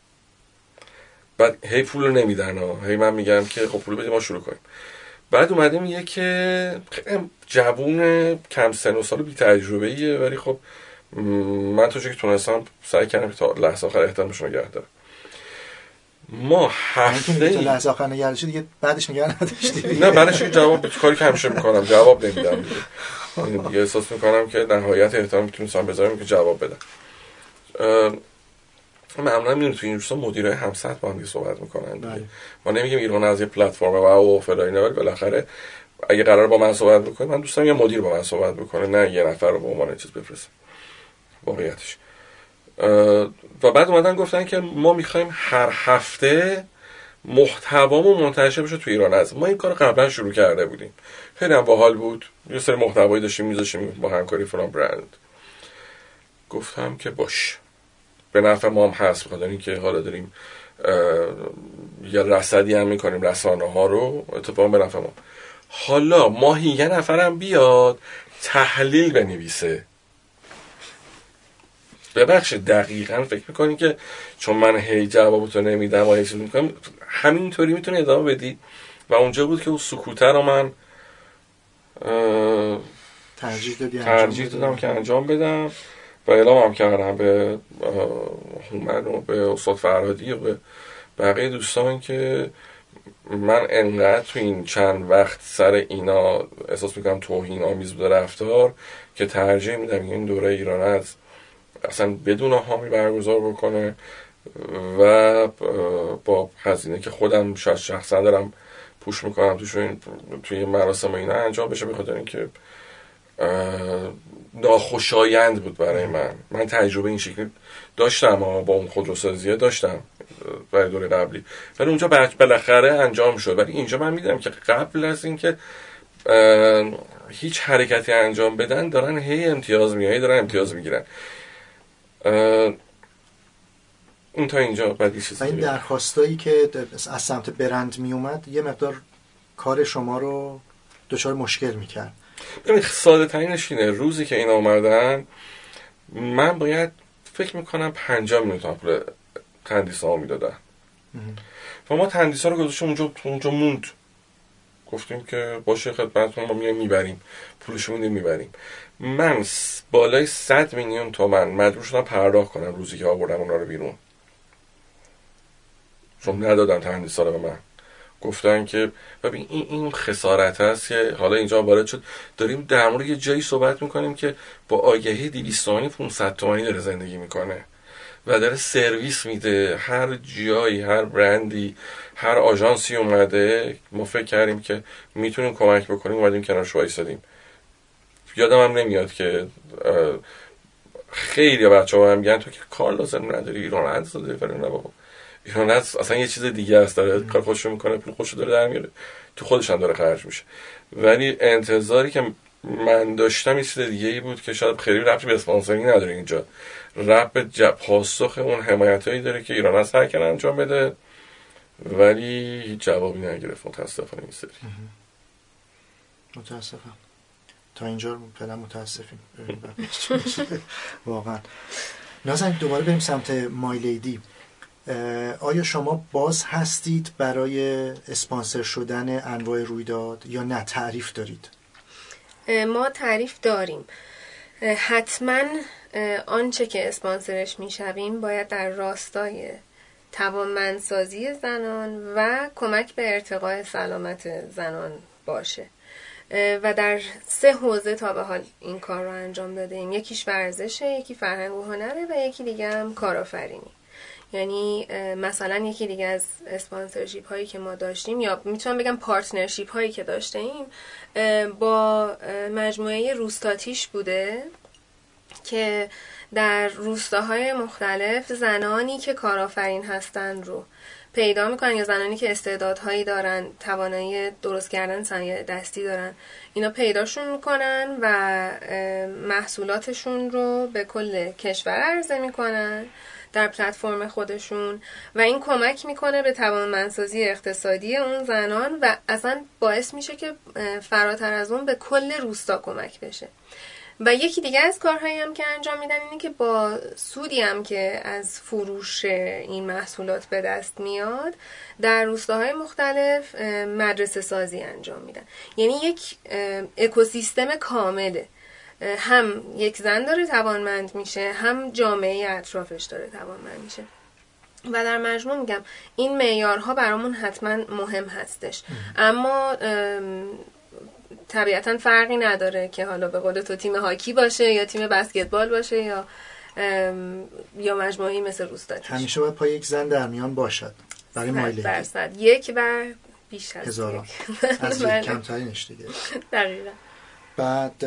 بعد هی پول رو نمیدن هی من میگم که خب پول بدید ما شروع کنیم. بعد اومدیم یه که جوون کم سن و سال بی تجربه ایه، ولی خب من تو چه که تونستم سعی کردم تا لحظه آخر احترامش رو نگه دارم. ما هفته تا لحظه آخر نگه داشتی دیگه، بعدش نگه نداشتی؟ نه بعدش جواب کاری که همیشه میکنم جواب نمیدم دیگه احساس میکنم که نهایت احترام میتونستم بذارم که جواب بدم. معمولا میرون توی این روستا مدیرای همسط با هم صحبت میکنن دیگه. ما نمیگیم ایران از یه پلتفرم و فلان اینا، ولی بالاخره اگه قراره با من صحبت بکنه من دوستم یه مدیر با من صحبت بکنه، نه یه نفر رو به عنوان چیز بفرستم واقعیتش. و بعد اومدن گفتن که ما میخوایم هر هفته محتوامون منتشر بشه تو ایران. از ما این کار قبلا شروع کرده بودیم، خیلی هم باحال بود، یه سری محتوایی داشتیم میذاشتیم با همکاری فلان برند. گفتم که باش به نفع ما هم هست، بخاطر اینکه حالا داریم یه رصدی هم میکنیم رسانه ها رو، اتفاقا به نفع ما. حالا ماهی یه نفرم بیاد تحلیل بنویسه. ببخشید دقیقاً فکر میکنی که چون من هی جوابتو نمیدم و هیچ میکنم همینطوری میتونی ادامه بدی؟ و اونجا بود که اون سکوته رو من ترجیح دادم که انجام بدم و اعلام هم کردم به هومن و به استاد فرهادی و به بقیه دوستان که من انقدر تو این چند وقت سر اینا احساس میکنم توهین آمیز بوده رفتار که ترجیح میدم این دوره ایران از اصلا بدون حامی برگزار بکنه و با هزینه که خودم شاید شخصا دارم پوش میکنم توی مراسم اینا انجام بشه، بخاطر اینکه ناخوشایند بود برای من تجربه این شکلی داشتم با اون خودروسازیه داشتم برای دوره قبلی، ولی اونجا بالاخره انجام شد. ولی اینجا من میدونم که قبل از اینکه هیچ حرکتی انجام بدن دارن هی امتیاز میگیرن. اون تا اینجا بعد یه چیز این درخواستایی که از سمت برند می اومد یه مقدار کار شما رو دچار مشکل میکرد. ببین ساده ترینش اینه، روزی که اینا اومدن من باید فکر میکنم 50 میلیون تومان پول تندیسا ها میدادن و ما تندیسا رو گذاشتیم اونجا موند. گفتیم که باشه خدمتتون ما میبریم پولشو میبریم. من بالای 100 میلیون تومان مجبور شدم پرداخت کنم روزی که آوردم اونا رو بیرون، چون ندادن تندیسا رو به من. گفتن که ببین این خسارت هست که حالا اینجا وارد شد، داریم در مورد یه جایی صحبت میکنیم که با آگهی 200 تومانی 500 تومانی داره زندگی میکنه و داره سرویس میده. هر جایی هر برندی هر آژانسی اومده ما فکر کردیم که میتونیم کمک بکنیم، اومدیم کنارش وایسادیم. یادم هم نمیاد که خیلی بچه‌ها هم میگن تو که کار لازم نداری، ایران عدس داده فرن. نه بابا، ایران عدس اصلا یه چیز دیگه است، داره کار خودشو میکنه، پول خودشو داره در میاره، تو خودش هم داره خرج میشه. ولی انتظاری که من داشتم یه چیز دیگه ای بود که شاید خیلی ربطی به اسپانسرینگ نداره. اینجا ربط به پاسخ اون حمایتایی داره که ایران از هر انجام بده، ولی هیچ جوابی نگرفت متاسفانه این سری. متاسفم. تا اینجا فعلا متاسفیم. واقعا. نازنین دوباره بریم سمت مای لیدی. آیا شما باز هستید برای اسپانسر شدن انواع رویداد یا نه تعریف دارید؟ ما تعریف داریم. حتما آنچه که اسپانسرش میشویم باید در راستای توانمندسازی زنان و کمک به ارتقاء سلامت زنان باشه و در 3 حوزه تا به حال این کار رو انجام دادیم. یکیش ورزشه، یکی فرهنگ و هنره و یکی دیگه هم کارآفرینی. یعنی مثلا یکی دیگه از اسپانسرشیپ هایی که ما داشتیم یا میتونم بگم پارتنرشیپ هایی که داشتیم با مجموعه روستاتیش بوده که در روستاهای مختلف زنانی که کارآفرین هستن رو پیدا میکنن یا زنانی که استعدادهایی دارن، توانایی درست کردن صنایع دستی دارن، اینا پیداشون میکنن و محصولاتشون رو به کل کشور عرضه میکنن در پلتفرم خودشون و این کمک میکنه به توانمندسازی اقتصادی اون زنان و اصلا باعث میشه که فراتر از اون به کل روستا کمک بشه. و یکی دیگه از کارهایی هم که انجام میدن اینه که با سودی هم که از فروش این محصولات به دست میاد در روستاهای مختلف مدرسه سازی انجام میدن. یعنی یک اکوسیستم کامله، هم یک زن داره توانمند میشه، هم جامعه اطرافش داره توانمند میشه و در مجموع میگم این معیارها برامون حتما مهم هستش. اما طبیعتا فرقی نداره که حالا به قول تو تیم هاکی باشه یا تیم بسکتبال باشه یا مجموعه‌ای مثل روستاتیش. همیشه باید پای یک زن در میان باشد برای مای لیدی. 100% یک و بیش از هزاران از یک کمترینش دیگه. دقیقاً. بعد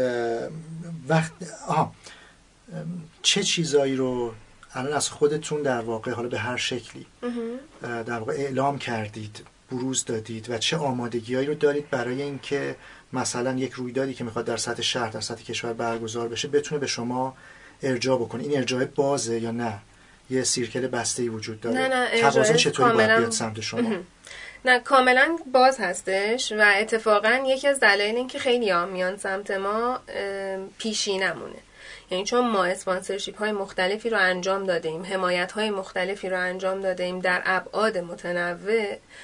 چه چیزایی رو الان از خودتون در واقع حالا به هر شکلی در واقع اعلام کردید، بروز دادید و چه آمادگی‌هایی رو دارید برای اینکه مثلا یک رویدادی که میخواد در سطح شهر، در سطح کشور برگزار بشه بتونه به شما ارجاع بکنه؟ این ارجاع بازه یا نه یه سیرکل بسته‌ای وجود داره؟ نه توازن چطوری باید بیاد سمت شما؟ نه کاملا باز هستش و اتفاقا یکی از دلایل این که خیلی ها میان سمت ما پیشینمونه. یعنی چون ما اسپانسرشیپ های مختلفی رو انجام دادیم، حمایت های مختلفی رو انجام دادیم در ابعاد متنوع،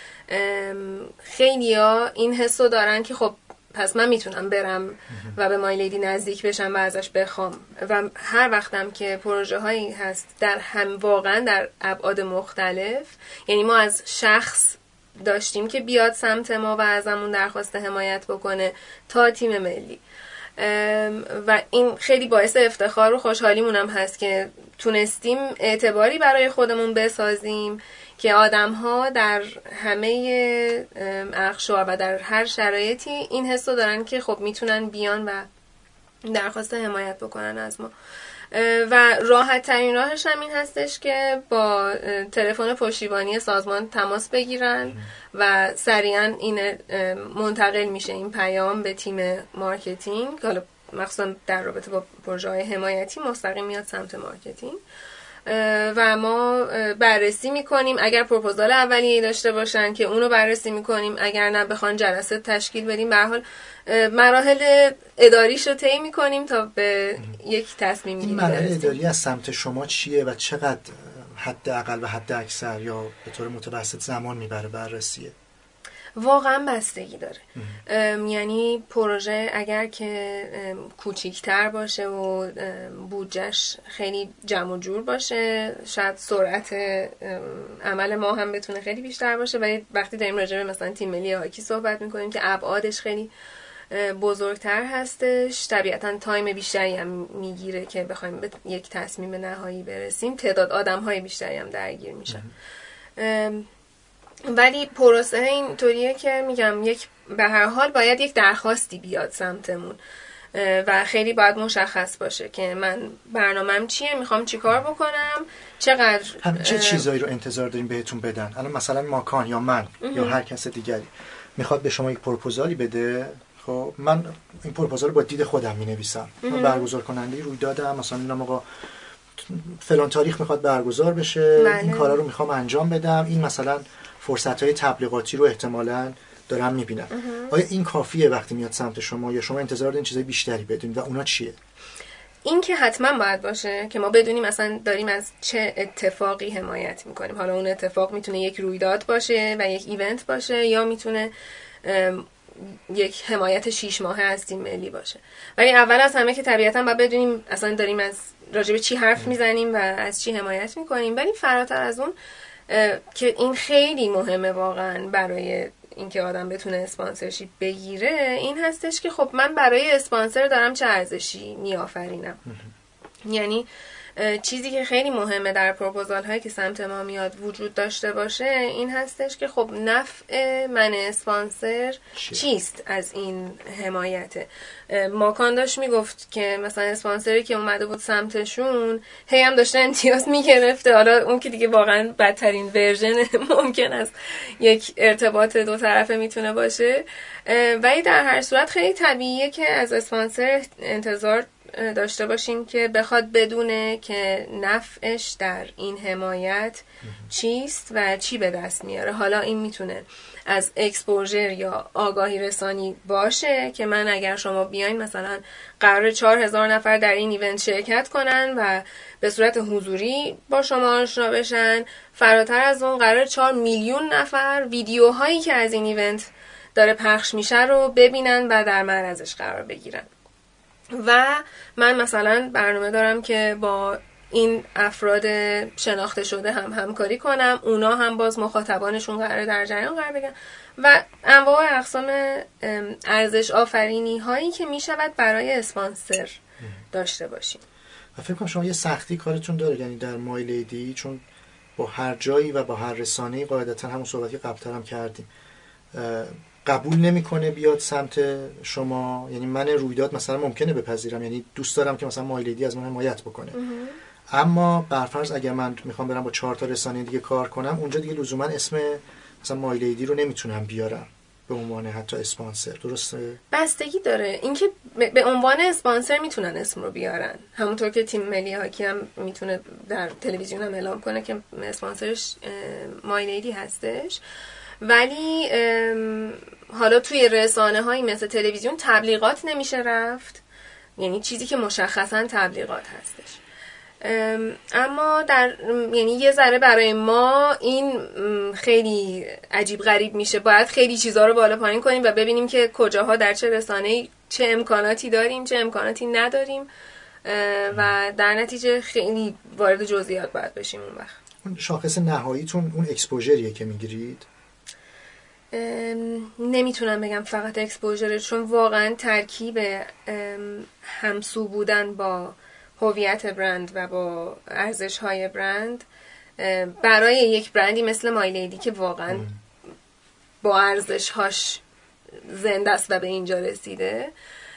خیلی ها این حسو دارن که خب پس من میتونم برم و به مای لیدی نزدیک بشم و ازش بخوام. و هر وقتم که پروژه هایی هست در هم واقعا در ابعاد مختلف، یعنی ما از شخص داشتیم که بیاد سمت ما و ازمون درخواست حمایت بکنه تا تیم ملی و این خیلی باعث افتخار و خوشحالیمون هم هست که تونستیم اعتباری برای خودمون بسازیم که آدم‌ها در همه اقشار و در هر شرایطی این حسو دارن که خب میتونن بیان و درخواست حمایت بکنن از ما. و راحت ترین راهش هم این هستش که با تلفن پشتیبانی سازمان تماس بگیرن و سریعا این منتقل میشه این پیام به تیم مارکتینگ، حالا مخصوصا در رابطه با پروژه های حمایتی مستقیم میاد سمت مارکتینگ و ما بررسی میکنیم. اگر پروپوزال اولیه‌ای داشته باشن که اونو بررسی میکنیم، اگر نه بخوان جلسه تشکیل بدیم، به هر حال مراحل اداریش رو طی میکنیم تا به یک تصمیم گیری برسیم. این مراحل اداری از سمت شما چیه و چقدر حد اقل و حد اکثر یا به طور متوسط زمان میبره بررسیه؟ واقعا بستگی داره. یعنی پروژه اگر که کوچیکتر باشه و بودجهش خیلی جمع و جور باشه، شاید سرعت عمل ما هم بتونه خیلی بیشتر باشه. ولی وقتی داریم راجع به مثلا تیم ملی هاکی صحبت میکنیم که ابعادش خیلی بزرگتر هستش، طبیعتا تایم بیشتری هم میگیره که بخوایم به یک تصمیم نهایی برسیم، تعداد آدم‌های بیشتری هم درگیر میشن. ولی پروسه اینطوریه که میگم به هر حال باید یک درخواستی بیاد سمتمون و خیلی باید مشخص باشه که من برنامه‌ام چیه، میخوام چی کار بکنم، چقدر چه چیزایی رو انتظار داریم بهتون بدن. الان مثلا ماکان یا من یا هر کس دیگری میخواد به شما یک پروپوزالی بده، خب من این پروپوزال رو با دید خودم می‌نویسم. من برگزار کننده رویدادم، مثلا میگم آقا فلان تاریخ میخواد برگزار بشه، این کارا رو میخوام انجام بدم، این مثلا فرصت‌های تبلیغاتی رو احتمالاً دارم میبینم. آیا این کافیه وقتی میاد سمت شما یا شما انتظار دارین چیزای بیشتری بدونید و اونا چیه؟ این که حتما باید باشه که ما بدونیم مثلا داریم از چه اتفاقی حمایت میکنیم. حالا اون اتفاق میتونه یک رویداد باشه و یک ایونت باشه یا میتونه یک حمایت 6 ماهه از تیم ملی باشه. ولی اول از همه که طبیعتا باید بدونیم اصلا داریم از راجع به چی حرف میزنیم و از چی حمایت میکنیم. ولی فراتر از اون که این خیلی مهمه واقعا برای اینکه آدم بتونه اسپانسرشیپ بگیره، این هستش که خب من برای اسپانسر دارم چه ارزشی میآفرینم. یعنی چیزی که خیلی مهمه در پروپوزال هایی که سمت ما میاد وجود داشته باشه این هستش که خب نفع من اسپانسر چیست از این حمایته. ماکان داشت میگفت که مثلا اسپانسری که اومده بود سمتشون هی هم داشته امتیاز میگرفته. حالا اون که دیگه واقعا بدترین ورژن ممکن است یک ارتباط دو طرفه میتونه باشه، ولی در هر صورت خیلی طبیعیه که از اسپانسر انتظار داشته باشیم که بخواد بدونه که نفعش در این حمایت چیست و چی به دست میاره. حالا این میتونه از اکسپوژر یا آگاهی رسانی باشه که من اگر شما بیاین مثلا قرار 4000 نفر در این ایونت شرکت کنن و به صورت حضوری با شما آشنا بشن، فراتر از اون قرار 4 میلیون نفر ویدیوهایی که از این ایونت داره پخش میشه رو ببینن و در معرضش قرار بگیرن. و من مثلا برنامه دارم که با این افراد شناخته شده هم همکاری کنم، اونا هم باز مخاطبانشون قراره در جریان قرار بگیرن و انواع اقسام ارزش آفرینی هایی که میشود برای اسپانسر داشته باشیم. و فکر کنم شما یه سختی کارتون داره، یعنی در مای لیدی چون با هر جایی و با هر رسانه‌ای قاعدتا همون صحبتی قبل‌تر هم کردیم قبول نمیکنه بیاد سمت شما. یعنی من رویداد مثلا ممکنه بپذیرم، یعنی دوست دارم که مثلا مایلیدی از من حمایت بکنه، اما برفرض اگر من میخوام برم با 4 تا رسانه دیگه کار کنم، اونجا دیگه لزوما اسم مثلا مایلیدی رو نمیتونم بیارم به عنوان حتی اسپانسر. درسته؟ بستگی داره اینکه به عنوان اسپانسر میتونن اسم رو بیارن، همونطور که تیم ملی هاکی هم میتونه در تلویزیون هم اعلام کنه که اسپانسرش مایلیدی هستش. ولی حالا توی رسانه هایی مثل تلویزیون تبلیغات نمیشه رفت، یعنی چیزی که مشخصا تبلیغات هستش. اما یعنی یه ذره برای ما این خیلی عجیب غریب میشه، باید خیلی چیزا رو بالا پایین کنیم و ببینیم که کجاها در چه رسانه‌ای چه امکاناتی داریم چه امکاناتی نداریم و در نتیجه خیلی وارد جزئیات باید بشیم. اون وقت اون شاخص نهاییتون اون اکسپوژریه که میگیرید؟ نمیتونم بگم فقط اکسپوژر، چون واقعا ترکیب همسو بودن با هویت برند و با ارزش‌های برند برای یک برندی مثل مایلیدی که واقعا با ارزش‌هاش زنده است و به اینجا رسیده،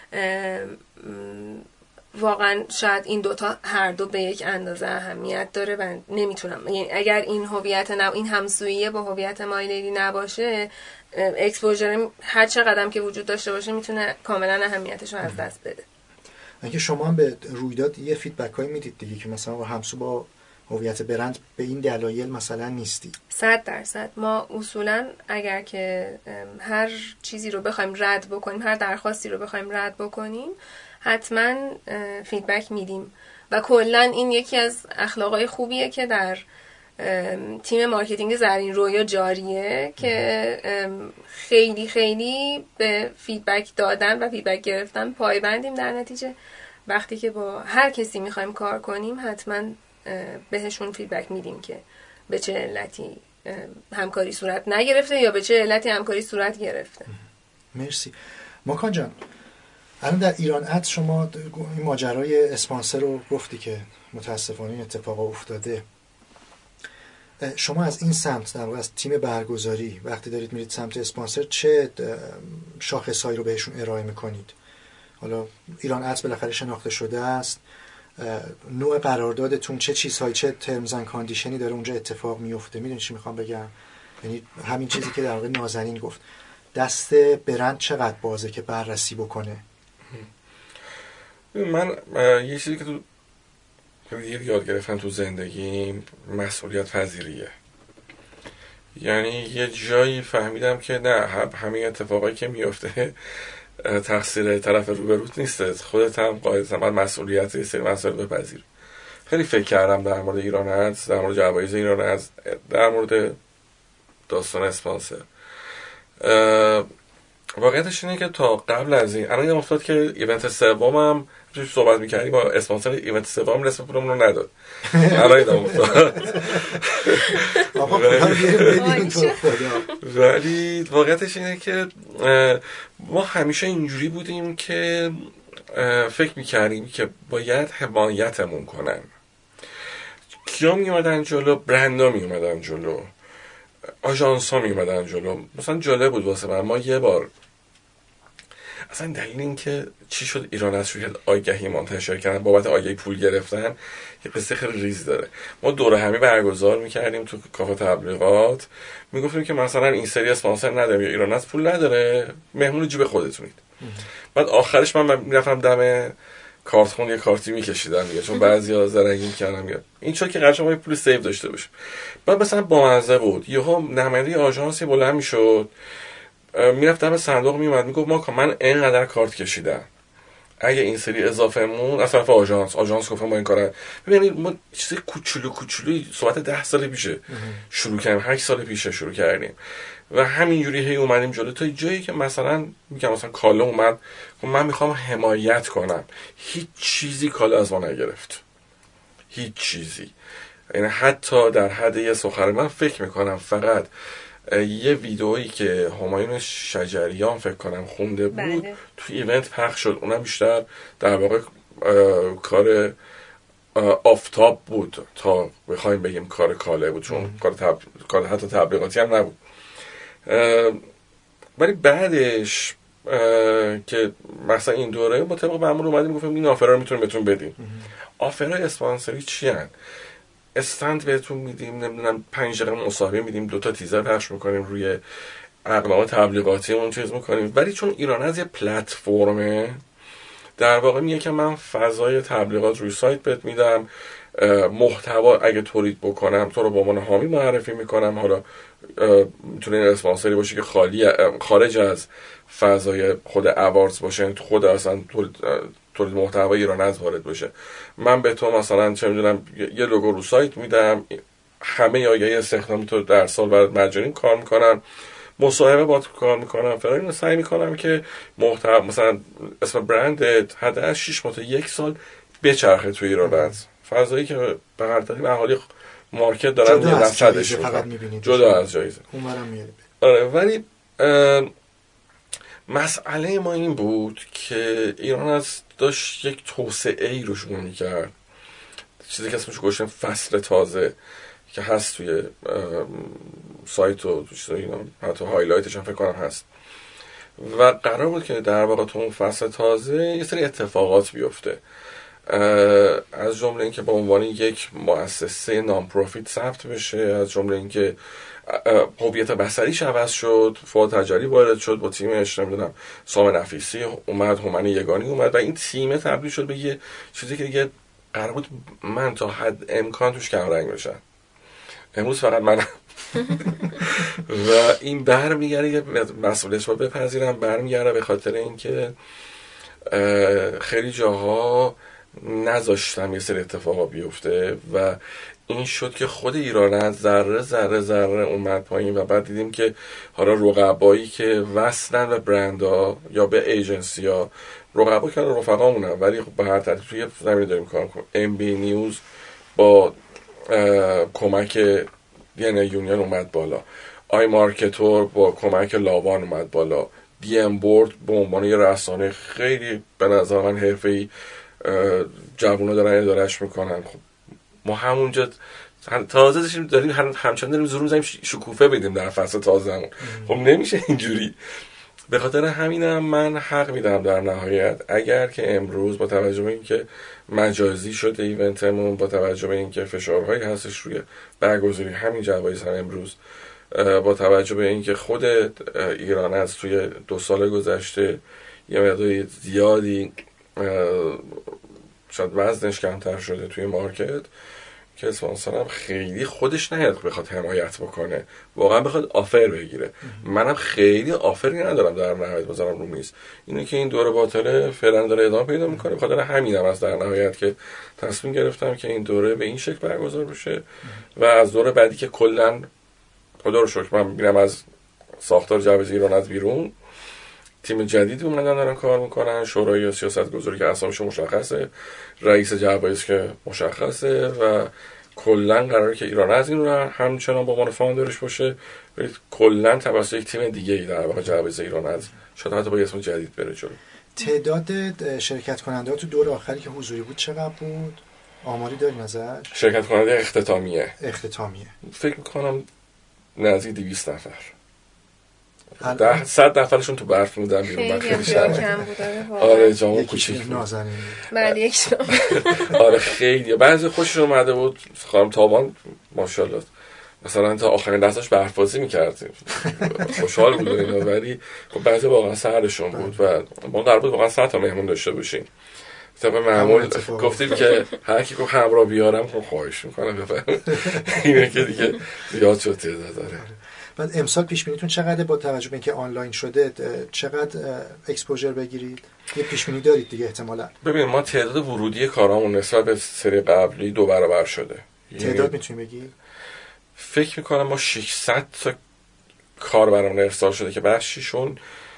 واقعا شاید این دوتا هر دو به یک اندازه اهمیت داره و نمیتونم، یعنی اگر این هویت این همسویه با هویت مایلیدی نباشه، اکسپوژر هر چه قدم که وجود داشته باشه میتونه کاملا اهمیتش رو از دست بده. اگه شما هم به رویداد یه فیدبک هایی میدید دیگه که مثلا با همسو با هویت برند به این دلایل مثلا نیستی؟ 100% ما اصولا اگر که هر چیزی رو بخوایم رد بکنیم، هر درخواستی رو بخوایم رد بکنیم، حتما فیدبک میدیم و کلا این یکی از اخلاقای خوبیه که در تیم مارکتینگ زرین رویا جاریه که خیلی خیلی به فیدبک دادن و فیدبک گرفتن پایبندیم. در نتیجه وقتی که با هر کسی میخوایم کار کنیم حتما بهشون فیدبک میدیم که به چه علتی همکاری صورت نگرفته یا به چه علتی همکاری صورت گرفته. مرسی. ماکان جان، الان در ایران اد شما این ماجرای اسپانسر رو گفتی که متاسفانه این اتفاق افتاده. شما از این سمت، در واقع از تیم برگزاری، وقتی دارید میرید سمت اسپانسر چه شاخصهایی رو بهشون ارائه میکنید؟ حالا ایران اد بالاخره شناخته شده است، نوع قراردادتون چه چیزهایی، چه ترمز اند کاندیشنی داره اونجا اتفاق میفته؟ میدونی چی میخوام بگم؟ یعنی همین چیزی که در واقع نازنین گفت، دست برند چقدر بازه که بررسی بکنه؟ من یه چیزی که تو یاد گرفتم تو زندگی مسئولیت پذیریه. یعنی یه جایی فهمیدم که نه، همه اتفاقایی که میفته تقصیر طرف روبروت نیست، خودت هم قاعدتا باید مسئولیت یه سری مسائل بپذیر. خیلی فکر کردم در مورد ایران ادز، در مورد جوایز ایران ادز، در مورد داستان اسپانسر. واقعیتش اینه که تا قبل از این الان افتاد که ایونت سومم روش صحبت می‌کردیم با اسپانسر ایونت سوم رسم پولمون رو نداد. الان افتاد. ولی واقعیتش اینه که ما همیشه اینجوری بودیم که فکر می‌کردیم که باید حمایتمون کنن. کیا میومدن جلو؟ برندها میومدن جلو، آژانس ها میومدن جلو. مثلا جالب بود واسه من، ما یه بار اصلا دلیل این که چی شد ایران از شرکت آگهی منتشر کردن بابت آگهی پول گرفتن یه قصه خیلی ریز داره. ما دوره همی برگزار میکردیم تو کافه تبلیغات، میگفتیم که مثلا این سری اسپانسر نداریم یا ایران از پول نداره، مهمون جیب خودتونید. بعد آخرش من میرفتم دم کارتخون یه کارتی میکشیدم دیگه، چون بعضیا زرنگی میکردن میگه این چون که قرار ما پول سیو داشته باشه. بعد مثلا بامزه بود، یهو نماینده آژانسی بلند میشد، میرفت دم صندوق میومد میگفت من اینقدر کارت کشیدم، اگه این سری اضافه مون از طرف آژانس گفتم ما این کارا. ببینید ما چیز کوچولویی صحبت 10 سال پیشه شروع کردیم، 8 سال پیشه شروع کردیم و همینجوری هی اومدیم جلو تا جایی که مثلا میگم مثلا کالا اومد من میخوام حمایت کنم، هیچ چیزی کالا از ما نگرفت، هیچ چیزی. یعنی حتی در حد یه سخن من فکر میکنم فقط یه ویدئویی که همایون شجریان فکر کنم خونده بود تو ایونت پخش شد، اونم بیشتر در واقع کار آفتاب بود تا بخوایم بگیم کار کاله بود، چون کار حتی تبلیغاتی هم نبود. ولی بعدش که مثلا این دوره با طبق معمول اومدیم گفتیم این آفرها رو میتونیم بهتون بدیم. آفرهای اسپانسری چی هن؟ استند بهتون میدیم، نمیدونم 5 دقیقه مصاحبه میدیم، 2 تا تیزر پخش میکنیم روی اقلام تبلیغاتی اون چیز میکنیم. ولی چون ایران از یه پلتفرمه در واقع میگه که من فضای تبلیغات روی سایت بهت میدم، محتوا اگه تولید بکنم تو رو به عنوان حامی معرفی میکنم، حالا میتونه اسپانسری باشه که خارج از فضای خود اواردز باشه، خود اصلا تولید محتوا ایران از وارد باشه. من به تو مثلا چه میدونم یه لوگو رو سایت میدم، همه آگهی استخدامی تو در سال برات مجانی کار میکنن، مصاحبه باهات کار میکنم، فلان. سعی میکنم که محتوا مثلا اسم برندت حداقل 6 ماه تا 1 سال بچرخه تو ایران از فضایی که به هر طریق اهالی مارکت دارن یه رصدش میکنن جدا از جایزه. آره ولی مسئله ما این بود که ایران از داشت یک توسعه ای رو شروع میکرد، چیزی که اسمش گوشن فصل تازه که هست توی سایت و اینا، حتی هایلایتش هم فکر کنم هست. و قرار بود که در واقع تو اون فصل تازه یه سری اتفاقات بیفته، از جمله اینکه به عنوان یک مؤسسه نان پروفیت ثبت بشه، از جمله اینکه هویت بصریش عوض شد، فواد تجاری وارد شد با تیمش، نمیدونم سام نفیسی اومد، هومن یگانی اومد و این تیم تبدیل شد به یه چیزی که دیگه قرار بود من تا حد امکان توش کم رنگ بشن. امروز فقط منم و این برمیگره، مسئولیتش رو بپذیرم، برمیگره به خاطر اینکه خیلی جاها نذاشتم یه سری اتفاقا بیفته و این شد که خود ایران از ذره اومد پایین و بعد دیدیم که حالا رقبایی که وصلن به برندها یا به ایجنسی ها، رقبا که رفقامونن ولی خب به هر ترتیب توی زمینه داریم کار می‌کنیم. ام بی نیوز با کمک دی یونیون اومد بالا، آی مارکتور با کمک لاوان اومد بالا، دی ام بورد به عنوان یه رسانه خیلی به نظر من حرفه‌ای جوونا دارن ادارهش میکنن. خب ما همونجا تازه داریم همچنان داریم زور میزنیم شکوفه بدیم در فصل تازه‌مون. خب نمیشه اینجوری. به خاطر همینم من حق میدم در نهایت اگر که امروز با توجه به اینکه مجازی شده ایونتمون، با توجه به اینکه فشارهایی هستش روی برگزاری همین جوایز هم امروز با توجه به اینکه خود ایران از توی 2 سال گذشته یه مقدار زیادی شاید وزنش کمتر شده توی مارکت، که اسپانسر هم خیلی خودش نیاد بخواد حمایت بکنه، واقعا بخواد آفر بگیره. منم خیلی آفری ندارم در نهایت بذارم رو میز. اینه که این دوره باطله فعلا داره ادامه پیدا میکنه، بخاطر همینم از در نهایت که تصمیم گرفتم که این دوره به این شکل برگزار بشه و از دوره بعدی که کلا خدا رو شکر من میبینم از ساختار جوایز ایران از بیرون تیم جدیدی اومدن دارن کار میکنن، شورای سیاستگذاری که اسامش مشخصه، رئیس جوایز که مشخصه و کلا قراره که ایران از این رو همچنان با عنوان فاوندرش باشه، ولی کلا توسط یک تیم دیگه ای در واقع جوایز ایران از شاید حتی با اسم جدید بره جلو. تعداد شرکت کننده ها تو دور آخری که حضوری بود چقدر بود؟ آماری داری نظر؟ شرکت کننده اختتامیه فکر میکنم نزدیک 200 نفر. 100 نفرشون تو برف بودن بیرون. خیلی کم بوده. آره جامون کوچیک نازنین. بله یک آره خیلی بعضی خوششون اومده بود. خانم تابان ماشاءالله مثلا تا آخرین لحظهش برف‌بازی می‌کردیم. خوشحال بود اینا، ولی خب بعضی واقعا سرشون بود و ما قرار بود واقعا 100 تا مهمون داشته باشیم. طبق معمول گفتیم که هر کی گفت همراه بیارم خب خواهش می‌کنم بفرمایید. اینه که دیگه زیاد شد تعداد داره. بعد امسال پیش بینیتون چقدر با توجه به اینکه آنلاین شده چقدر اکسپوژر بگیرید؟ یه پیش بینی دارید دیگه احتمالاً. ببین ما تعداد ورودی کارامون نسبت به سری قبلی 2 برابر شده. تعداد میتونی بگی؟ فکر میکنم ما 600 تا کار برامون ارسال شده که بخشیشون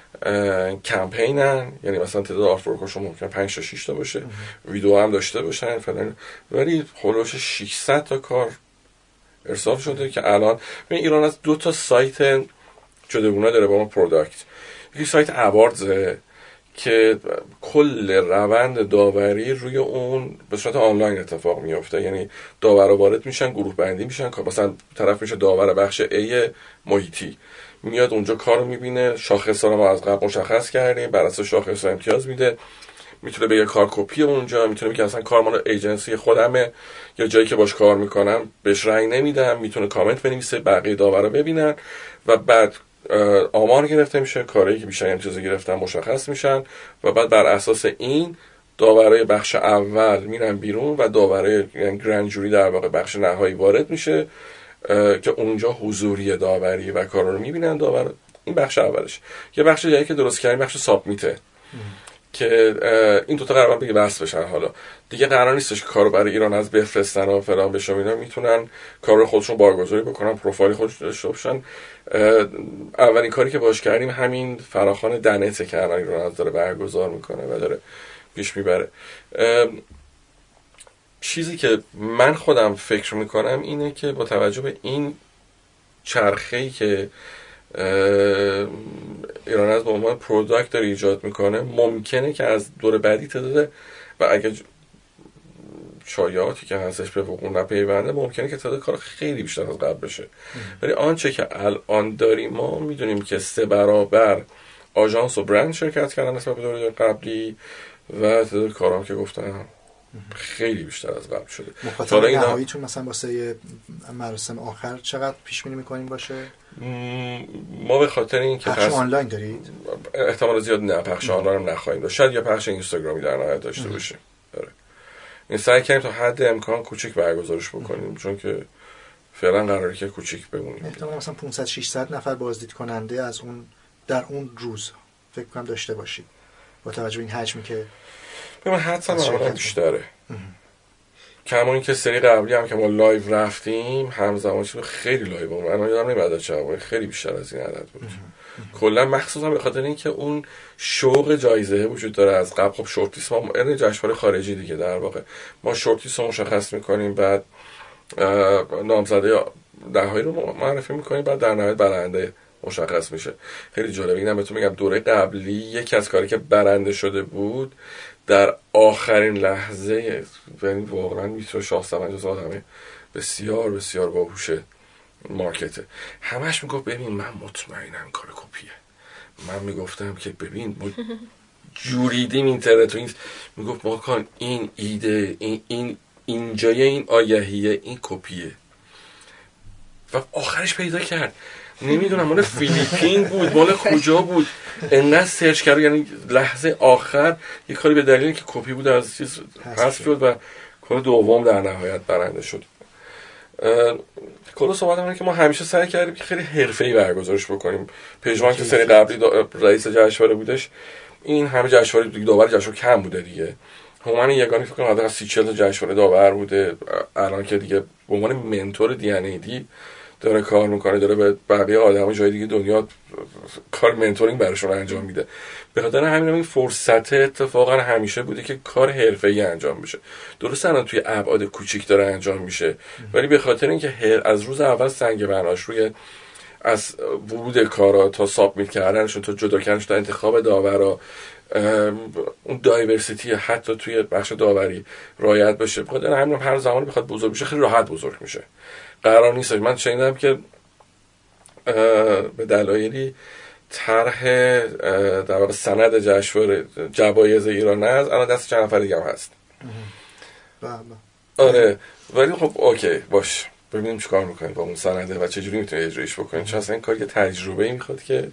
کمپینن، یعنی مثلا تعداد آرتورکشون ممکنه 5 تا 6 تا باشه، ویدیو هم داشته باشن فلان، ولی خلاص 600 تا کار ارسال شده که الان ایران از 2 تا سایت جداگونه داره با ما پروداکت. یکی سایت اواردزه که کل روند داوری روی اون به صورت آنلاین اتفاق میفته، یعنی داورا وارد میشن، گروه بندی میشن، مثلا طرف میشه داور بخش A محیطی، میاد اونجا کارو میبینه، شاخصا رو ما از قبل مشخص کردیم، بر اساس شاخصا امتیاز میده، میتونه بگه کار کپی اونجا، میتونه بگه اصلا کار مال ایجنسی خودمه یا جایی که باش کار میکنم بهش رأی نمیدم، میتونه کامنت بنویسه، بقیه داورا ببینن و بعد آمار گرفته میشه، کارهایی که بیشتر امتیاز گرفتن مشخص میشن و بعد بر اساس این داورای بخش اول میرن بیرون و داورای گرند جوری در واقع بخش نهایی وارد میشه که اونجا حضوری داوری و کارا رو میبینن داور. این بخش اولش. یه بخش دیگه که درست کردیم بخش سابمیته که این دوتا قرار بگه بس بشن. حالا دیگه قرار نیستش که کارو برای ایران از بفرستن و فلان بشه، اینا میتونن کارو خودشون بارگذاری بکنن، پروفایل خودشون داشته باشن. اولین کاری که باش کردیم همین فراخوان دنته که الان ایران از داره برگزار میکنه و داره پیش میبره. چیزی که من خودم فکر میکنم اینه که با توجه به این چرخه‌ای که ایران از به عنوان پروداکت داره ایجاد میکنه، ممکنه که از دور بعدی تعداد و اگه شایعاتی که هستش به وقوع نپیونده ممکنه که تعداد کار خیلی بیشتر از قبل بشه. ولی آنچه که الان داریم ما میدونیم که 3 برابر آژانس و برند شرکت کردن نسبت به دوره قبلی و تعداد کارام که گفتم خیلی بیشتر از قبل شده. مخاطب نهاییتون مثلا واسه مراسم آخر چقدر پیش بینی می‌کنیم باشه؟ ما به خاطر این که پخش آنلاین دارید؟ احتمال زیاد نه، پخش آنلاین هم نخواهیم داشت. شاید یا پخش اینستاگرامی در نهایت داشته باشیم. آره. این سعی کنیم تا حد امکان کوچیک برگزارش بکنیم چون که فعلا قراره که کوچیک بمونیم. احتمال مثلا 500 600 نفر بازدید کننده از اون در اون روز فکر کنم داشته باشید با توجه به این حجمی که من حتما بیشتره. کما این که سری قبلی هم که ما لایو رفتیم همزمان شد خیلی لایو بود. من یادم نمیاد چقدر خیلی بیشتر از این عدد بود. کلا مخصوصا به خاطر اینکه اون شوق جایزه وجود داره از قبل. خب شورتلیست ما این جشنواره خارجی دیگه در واقع ما شورتلیست رو مشخص میکنیم، بعد نامزده دههایی رو معرفی میکنیم، بعد در نهایت برنده مشخص میشه. خیلی جالب. اینم بهتون میگم دوره قبلی یکی از کاری که برنده شده بود در آخرین لحظه، یعنی واقعا میتونه شاه سمنجزاد همه بسیار بسیار باهوشه مارکته، همش میگفت ببین من مطمئنم کار کپیه. من میگفتم که ببین ما جوریدیم اینترنت و این میگفت ما کن این ایده این جای این آگهیه این کپیه. و آخرش پیدا کرد. نمیدونم مال فیلیپین بود، مال کجا بود، انقدر سرچ کرد، یعنی لحظه آخر یه کاری به دلیل که کپی بود از چیز حذف شد و کار دوم در نهایت برنده شد. کلا صحبت همونه که ما همیشه سعی کردیم که خیلی حرفه‌ای برگزارش بکنیم. پژمان که سری قبلی رئیس جشنواره بودش، این همه جشنواره دیگه داور جشنواره کم بوده دیگه. همون یگانه فکر کنم حداقل 30-40 تا جشنواره داور بوده. الان که دیگه به عنوان منتور دی داره کار میکنه، داره به بقیه آدمای جای دیگه دنیا کار منتورینگ براشون انجام میده. به خاطر همین این فرصت اتفاقا همیشه بوده که کار حرفه‌ای انجام بشه. درسته الان توی ابعاد کوچیک داره انجام میشه، ولی به خاطر اینکه از روز اول سنگ بناش روی از ورود کارا تا سابمیت کردنشون تا جدا کردنشون تا انتخاب داورا، اون دایورسیتی حتی توی بخش داوری رعایت بشه. به خاطر همین هر زمانی بخواد بزرگ بشه خیلی راحت بزرگ میشه. قرار نیست. من شنیدم که به دلایلی طرح در واقع سند جشنواره جوایز ایران است الان دست چند نفر دیگه هم هست. آره ولی خب اوکی باش، ببینیم چیکار میکنید با اون سنده و چجوری میتونید اجرایش بکنید. چون اصلا این کار که تجربه‌ای میخواد که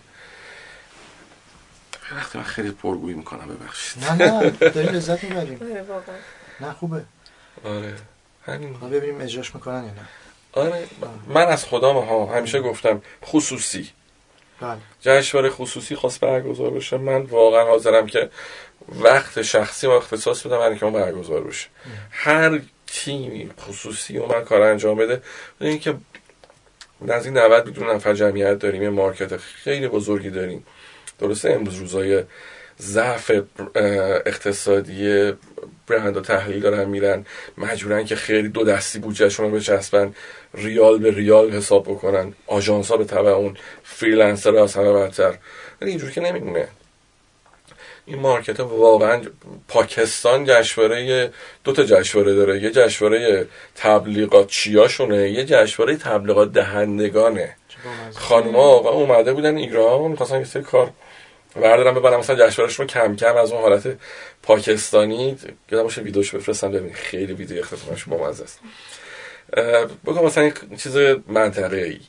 وقتی من خیلی پرگویی میکنم ببخشید. نه داریم لذت میبریم. آره واقعا. نه خوبه. آره همین. ما ببینیم اجراش میکنن یا نه. آره من از خودم همیشه گفتم خصوصی. بله. جشنواره خصوصی خواست برگزار بشه، من واقعا حاضرم که وقت شخصی و اختصاص بدم برای اینکه اون برگزار بشه. هر تیمی خصوصی اون کار انجام بده. اینکه نزدیک 90 میلیون نفر جمعیت داریم، یه مارکت خیلی بزرگی داریم. درسته امروز روزای ضعف اقتصادی برندها تحلیل دارن میرن، مجبورن که خیلی دو دستی بودجهشون رو بچسبن، ریال به ریال حساب بکنن، آژانس‌ها به تبع اون فریلنسرها از همه بدتر. ولی اینجوری که نمیمونه. این مارکت واقعا پاکستان جشنواره 2 تا جشنواره داره، یه جشنواره تبلیغات چیاشونه، یه جشنواره تبلیغات دهندگانه. خانم‌ها و اومده بودن ایران می‌خواستن یه سری کار بردارم ببرم مثلا جشنوارهشون رو کم کم از اون حالت پاکستانی. یادم باشه ویدیوش بفرستم ببینید، خیلی ویدیو اختصاصش بامزه است. بگم مثلا یک چیز منطقه‌ای.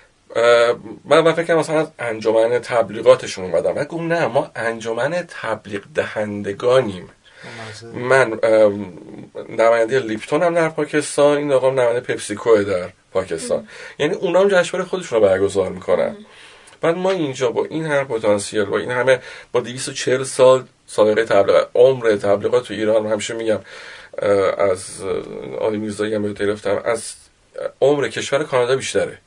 من فکر کنم مثلا از انجمن تبلیغاتشون اومدم. من گفتم نه ما انجمن تبلیغ دهندگانیم. من نماینده لیپتون هم در پاکستان، این آقا نماینده پپسیکو در پاکستان. یعنی اونا هم جشنواره خودشون رو برگزار میکنن. بعد ما اینجا با این همه پتانسیل، با این همه، با 240 سال سابقه تبلیغات، عمر تبلیغات تو ایران، همیشه میگم از آقای میرزایی هم بهت گرفتم، از عمر کشور کانادا بیشتره.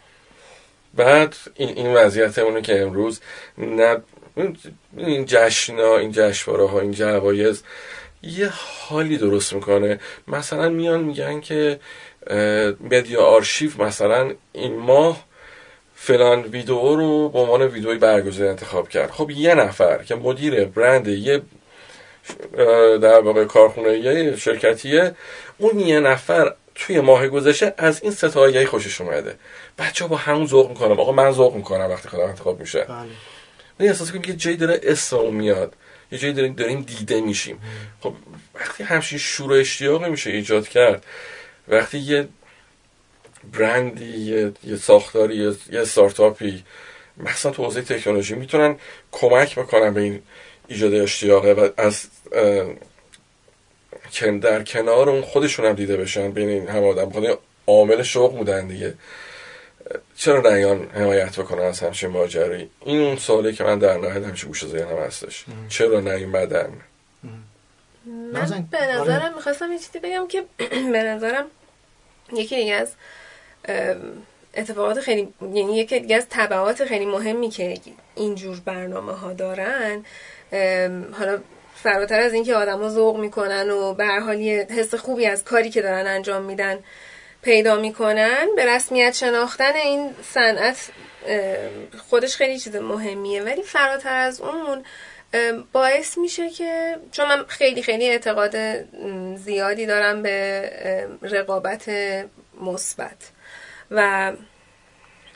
بعد این وضعیتمونه که امروز نه این جشن‌ها، این جشنواره‌ها، این جوایز یه حالی درست میکنه. مثلا میان میگن که مدیا آرشیو مثلا این ماه فلان ویدئو رو به عنوان ویدئوی برگزیده انتخاب کرد. خب یه نفر که مدیر برند یه در واقع کارخونه یه شرکتیه، اون یه نفر توی ماه گذشته از این 3 تا آگهی خوشش اومده. بچه‌ها با همون ذوق میکنم. آقا من ذوق میکنم وقتی خودم انتخاب میشه. بله. من احساس میکنم که جایی داره اسم میاد، یه جایی داریم دیده میشیم. خب وقتی همچین شور و اشتیاقی میشه ایجاد کرد، وقتی یه برندی، یه ساختاری، یه استارتاپی مثلا تو حوزه تکنولوژی میتونن کمک بکنن به این ایجاد اشتیاقه و از در کنار اون خودشون هم دیده بشن بین این همه آدم، بخاطر عامل شوق بودن دیگه. چرا نیان حمایت بکنن از همچین ماجرایی؟ این اون سوالی که من در نهایت همیشه گوشه ذهنم هستش. چرا نیومدن؟ من به نظرم میخواستم یه چیزی بگم که به نظرم یکی دیگه از اتفاقات خیلی، یعنی یکی دیگه از تبعات خیلی مهمی که اینجور برنامه ها دارن، حالا فراتر از اینکه آدما ذوق میکنن و به هر حال یه حس خوبی از کاری که دارن انجام میدن پیدا میکنن، به رسمیت شناختن این صنعت خودش خیلی چیز مهمیه. ولی فراتر از اون باعث میشه که، چون من خیلی خیلی اعتقاد زیادی دارم به رقابت مثبت و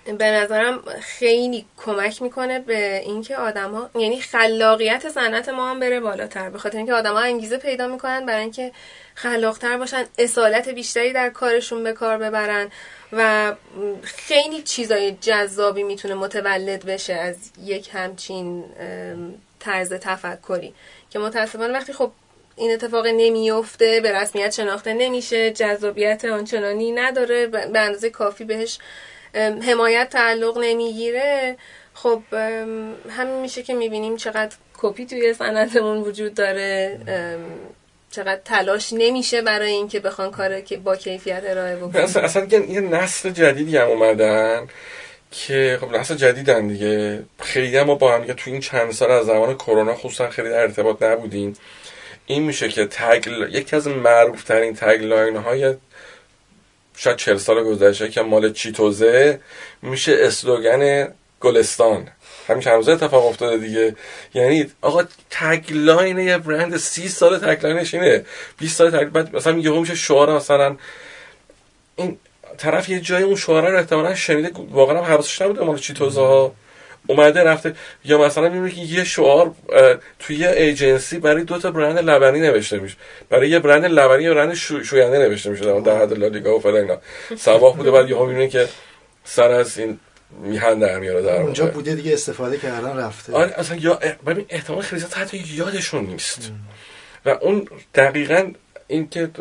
به نظرم خیلی کمک میکنه به اینکه آدما، یعنی خلاقیت صنعت ما هم بره بالاتر، به خاطر اینکه آدما انگیزه پیدا میکنن برای اینکه خلاقتر باشن، اصالت بیشتری در کارشون به کار ببرن و خیلی چیزای جذابی میتونه متولد بشه از یک همچین طرز تفکری که متاسفانه وقتی خب این اتفاق نمیفته، به رسمیت شناخته نمیشه، جذابیت آنچنانی نداره، به اندازه کافی بهش حمایت تعلق نمیگیره، خب همین میشه که میبینیم چقدر کپی توی صنعتمون وجود داره، چقدر تلاش نمیشه برای اینکه بخوان کار که با کیفیت ارائه بکنن. اصلا یه نسل جدیدی هم اومدن که خب نسل جدیدن دیگه، خیلی هم ما با هم تو این چند سال از زمان کرونا خصوصا خیلی در ارتباط نبودیم. این میشه که یکی از معروف ترین تگلاین های شاید 40 سال گذشته که مال چیتوزه میشه اسلوگن گلستان. همین چند روزه اتفاق افتاده دیگه. یعنی آقا تگلاین یه برند 30 سال تگلاینش اینه، 20 سال تگلاین، بعد مثلا یهو میشه شعار، مثلا این طرف یه جای اون شعار رو احتمالاً شنیده، واقعا هم حواسش نبوده مال چیتوزه ها، اومده رفته. یا مثلا میبینی که یه شعار توی یه ایجنسی برای 2 تا برند لبنی نوشته میشه، برای یه برند لبنی یا برند شوینده نوشته میشه در حد لالیگا و فلان اینا سباق بوده، بعد یهو میبینی که سر از این میهن در میاره در اونجا بوده دیگه، استفاده کردن رفته. آره اصلا یا ببین احتمال خیلی زیاد حتی یادشون نیست. و اون دقیقاً این که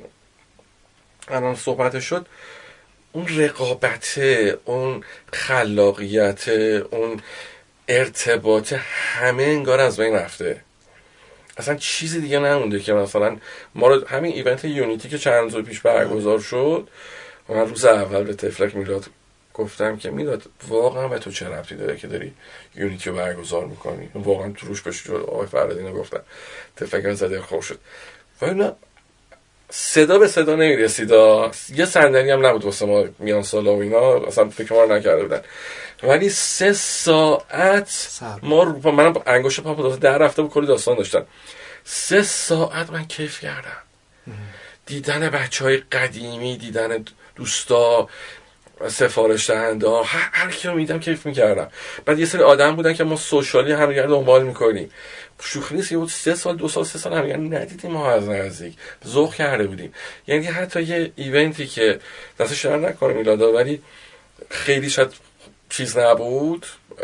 الان صحبت شد، اون رقابت، اون خلاقیت، اون ارتباط، همه انگار از بین رفته. اصلا چیزی دیگه نمونده که مثلا ما رو همین ایونت یونیتی که چند روز پیش برگزار شد، من روز اول به تفلک میلاد گفتم که میلاد واقعا به تو چه ربطی داره که داری یونیتی رو برگزار میکنی، واقعا تو روش باشی. آقای فرادینو گفتم، تفلک زده خوب شد. ولی صدا به صدا نمیرسید، یه صندلی هم نبود واسه ما میان سالا و اینا، اصلا فکر ما رو نکرده بودن. ولی 3 ساعت ما من انگشت پام در رفته بود، کلی داستان داشتن. 3 ساعت من کیف کردم، دیدن بچهای قدیمی، دیدن دوستا، سفارش دهنده ها، هر کی رو میدم کیف میکردم. بعد یه سری آدم بودن که ما سوشالی همدیگه رو دنبال میکنیم، شوخی نیست، یه بود 3 سال 2 سال 3 سال همدیگه ندیدیم، ما از نزدیک ذوق کرده بودیم. یعنی حتی یه ایونتی که دستش در نکنه میلادا، ولی خیلی شاید چیز نبود،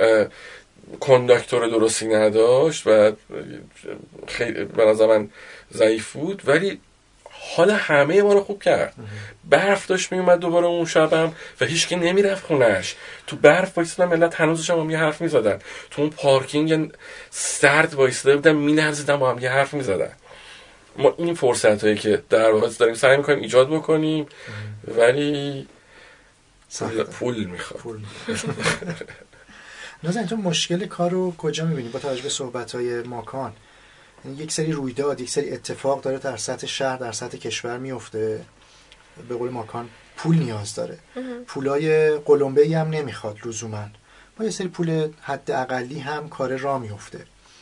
کنداکتور درستی نداشت و خیلی به نظر من ضعیف بود، ولی حال همه ما رو خوب کرد. برف داشت میومد دوباره اون شبم و هیچکی نمیرفت خونش، تو برف وایسادن، ملت هنوزش هم یه حرف میزدن، تو اون پارکینگ سرد وایساده بودن میلرزیدن، با هم یه حرف میزدن. ما این فرصت هایی که در واقع داریم سعی میکنیم ایجاد بکنیم، ولی پول میخواد. نازنین تو مشکل کار رو کجا میبینی با توجه به صحبت‌های ماکان؟ یعنی یک سری رویداد، یک سری اتفاق داره در سطح شهر، در سطح کشور میفته، به قول ماکان پول نیاز داره، پولای قلمبه‌ای هم نمیخواد لزوما، با یه سری پول حد اقلی هم کار راه میفته.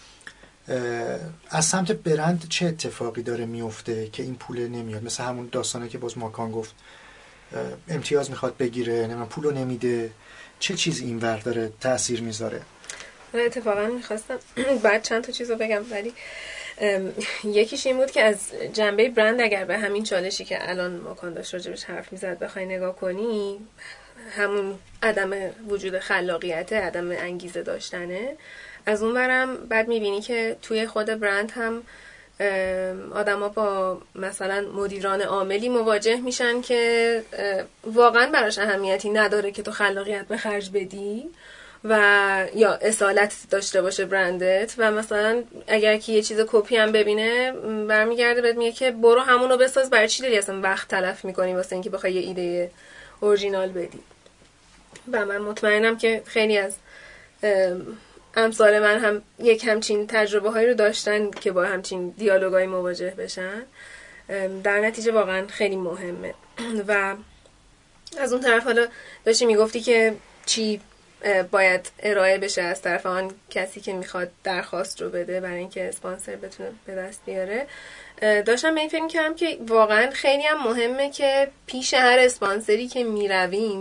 از سمت برند چه اتفاقی داره میفته که این پول نمیاد؟ مثل همون داستانه که باز ماکان گفت امتیاز میخواد بگیره، نمیدونم پولو نمیده، چه چیزی اینور داره تأثیر میذاره؟ اتفاقا میخواستم بعد چند تا چیزو بگم، ولی یکیش این بود که از جنبه برند اگر به همین چالشی که الان ماکان داشت راجبش حرف میزد بخوای نگاه کنی، همون عدم وجود خلاقیت، عدم انگیزه داشتنه. از اون برم بعد میبینی که توی خود برند هم آدما با مثلا مدیران عاملی مواجه میشن که واقعا براش اهمیتی نداره که تو خلاقیت به خرج بدی و یا اصالت داشته باشه برندت، و مثلا اگر که یه چیز کپی هم ببینه برمیگرده بهت میگه که برو همونو بساز، برای چی داری اصلا وقت تلف میکنی واسه اینکه بخوای یه ایده اورجینال بدی. و من مطمئنم که خیلی از امثال من هم یک همچین تجربه هایی رو داشتن که با همچین دیالوگایی مواجه بشن. در نتیجه واقعا خیلی مهمه. و از اون طرف حالا داشتی میگفتی که چی باید ارائه بشه از طرف آن کسی که میخواد درخواست رو بده برای اینکه اسپانسر بتونه به دست بیاره. داشتم به این فکر می‌کردم که واقعا خیلی هم مهمه که پیش هر اسپانسری که میرویم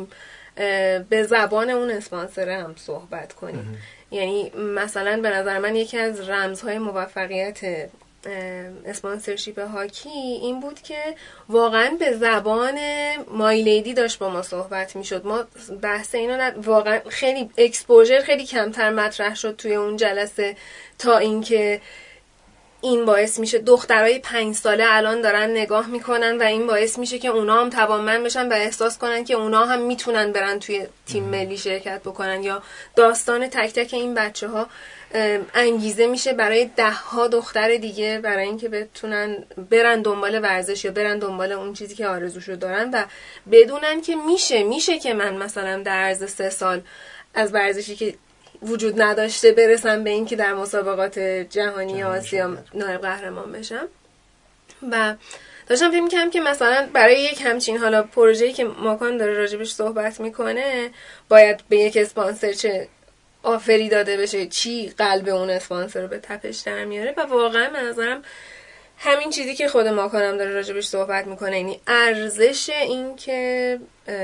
به زبان اون اسپانسر هم صحبت کنیم. یعنی مثلا به نظر من یکی از رمزهای موفقیت اسپانسرشیپ هاکی این بود که واقعا به زبان مای لیدی داشت با ما صحبت میشد. ما بحث اینو واقعا خیلی اکسپوژر خیلی کمتر مطرح شد توی اون جلسه، تا اینکه این باعث میشه دخترای 5 ساله الان دارن نگاه میکنن و این باعث میشه که اونا هم توانمند بشن و احساس کنن که اونا هم میتونن برن توی تیم ملی شرکت بکنن، یا داستان تک تک این بچه‌ها انگیزه میشه برای 10 دختر دیگه برای اینکه بتونن برن دنبال ورزش یا برن دنبال اون چیزی که آرزوشو دارن و بدونن که میشه که من مثلا در عرض 3 سال از ورزشی که وجود نداشته برسم به این که در مسابقات جهانی آسیا نایب قهرمان بشم. و داشتم فکر می‌کردم که مثلا برای یک همچین حالا پروژه‌ای که ماکان داره راجبش صحبت میکنه باید به یک اسپانسر چه آفری داده بشه، چی قلب اون اسپانسر رو به تپش در میاره. و واقعا به نظرم همین چیزی که خود ماکانم داره راجبش صحبت میکنه، یعنی ارزش این که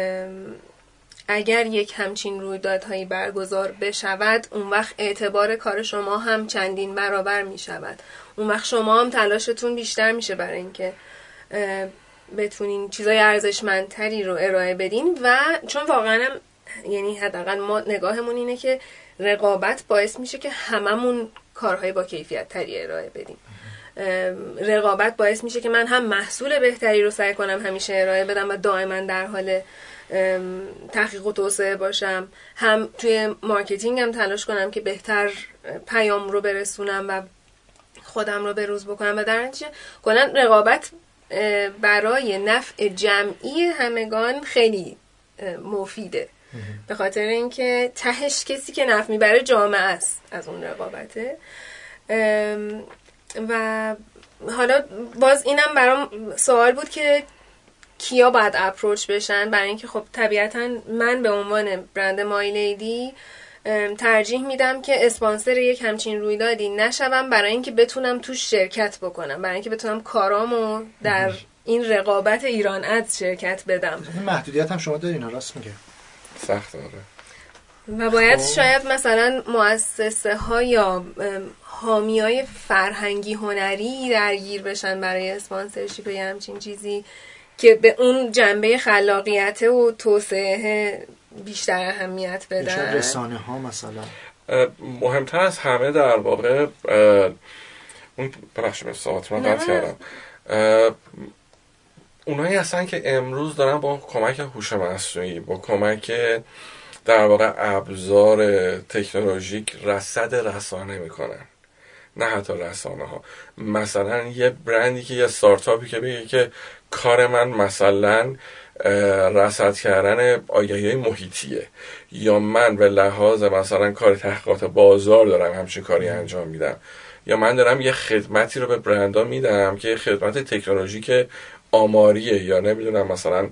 اگر یک همچین رویدادهایی برگزار بشود اون وقت اعتبار کار شما هم چندین برابر می شود، اون وقت شما هم تلاشتون بیشتر میشه برای اینکه بتونین چیزای ارزشمندتری رو ارائه بدین. و چون واقعا هم یعنی حداقل ما نگاهمون اینه که رقابت باعث میشه که هممون کارهای با کیفیت تری ارائه بدیم. رقابت باعث میشه که من هم محصول بهتری رو سعی کنم همیشه ارائه بدم و دائما در حال تحقیق و توسعه باشم، هم توی مارکتینگ هم تلاش کنم که بهتر پیام رو برسونم و خودم رو بروز بکنم. و در نتیجه کلا رقابت برای نفع جمعی همگان خیلی مفیده، به خاطر اینکه تهش کسی که نفع میبره جامعه است از اون رقابته. و حالا باز اینم برام سوال بود که کیا باید اپروچ بشن، برای اینکه خب طبیعتا من به عنوان برند مای لیدی ترجیح میدم که اسپانسر یک همچین رویدادی نشوم برای اینکه بتونم توش شرکت بکنم، برای اینکه بتونم کارامو در این رقابت ایران ادز شرکت بدم. این محدودیت هم شما دارین، راست میگه، سخت داره. و باید شاید مثلا مؤسسه ها یا حامی های فرهنگی هنری درگیر بشن برای اسپانسرشیپ یا همچین چیزی که به اون جنبه خلاقیت و توسعه بیشتر اهمیت بدن. رسانه ها مثلا مهمتر از همه در واقع اون ببخشید ساعت من قطع کردم، اونایی هستن که امروز دارن با کمک هوش مصنوعی، با کمک در واقع ابزار تکنولوژیک رصد رسانه میکنن، نه حتی رسانه ها. مثلا یه برندی که یه استارتاپی که بگه که کار من مثلا رصد کردن آگهی‌های محیطیه، یا من به لحاظ مثلا کار تحقیقات بازار دارم همچین کاری انجام میدم، یا من دارم یه خدمتی رو به برندها میدم که خدمت تکنولوژیک آماریه، یا نمیدونم مثلا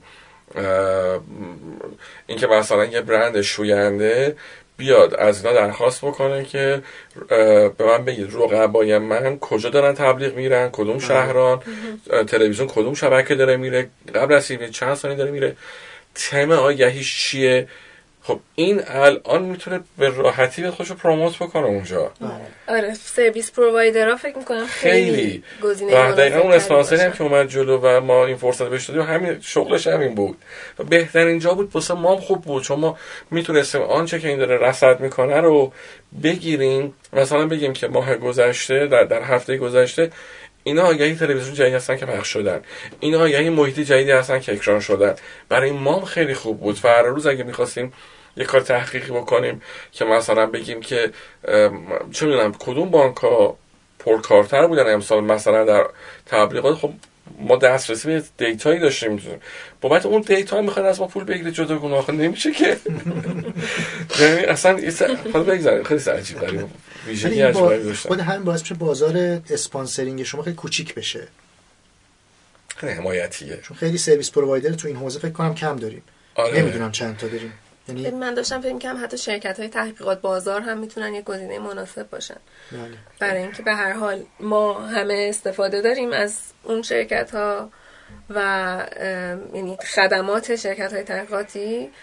اینکه مثلا یه برند شوینده بیاد از اینا درخواست بکنه که به من بگید رقبای من کجا دارن تبلیغ میرن، کدوم شهران، تلویزیون کدوم شبکه داره میره، قبل از چند ثانیه داره میره، تم آگهیش چیه. خب این الان میتونه به راحتی به خودشو پروموت بکنه اونجا. آره سرویس پرووایدرها فکر میکنم خیلی گزینه مناسبی دقیقاً اون اسپانسری هم که اومد جلو و ما این فرصت بهش دادیم همین شغلش همین بود و بهترین جا بود واسه ما خوب بود، چون ما میتونستیم آنچه که این داره رصد میکنه رو بگیریم، مثلا بگیم که ماه گذشته در هفته گذشته اینا آگهی تلویزیون جدید هستن که پخش شدن، اینا آگهی محیطی جدیدی هستن که اکران شدن. برای ما خیلی خوب بود. فردا روز اگه می‌خواستیم یه کار تحقیقی بکنیم که مثلا بگیم که چه می‌دونم کدوم بانک‌ها پرکارتر بودن امسال مثلا در تبلیغات، خب ما دسترسی به دیتایی داشتیم، بابت اون دیتا می‌خواد از ما پول بگیره جداگونه، آخه نمیشه که یعنی اصلا خود بگذاریم خیلی عجیب غریبه ویژگی عجیبی داشتن. خود همین باعث میشه بازار اسپانسرینگ شما خیلی کوچیک بشه، خیلی حمایتیه، چون خیلی سرویس پرووایدر تو این حوزه فکر کنم کم داریم. آره. نمیدونم چند تا داریم. یعنی من داشتم فکر می‌کردم حتی شرکت‌های تحقیقات بازار هم میتونن یک گزینه مناسب باشن. بله. برای اینکه به هر حال ما همه استفاده داریم از اون شرکت‌ها و یعنی خدمات شرکت‌های تحقیقاتی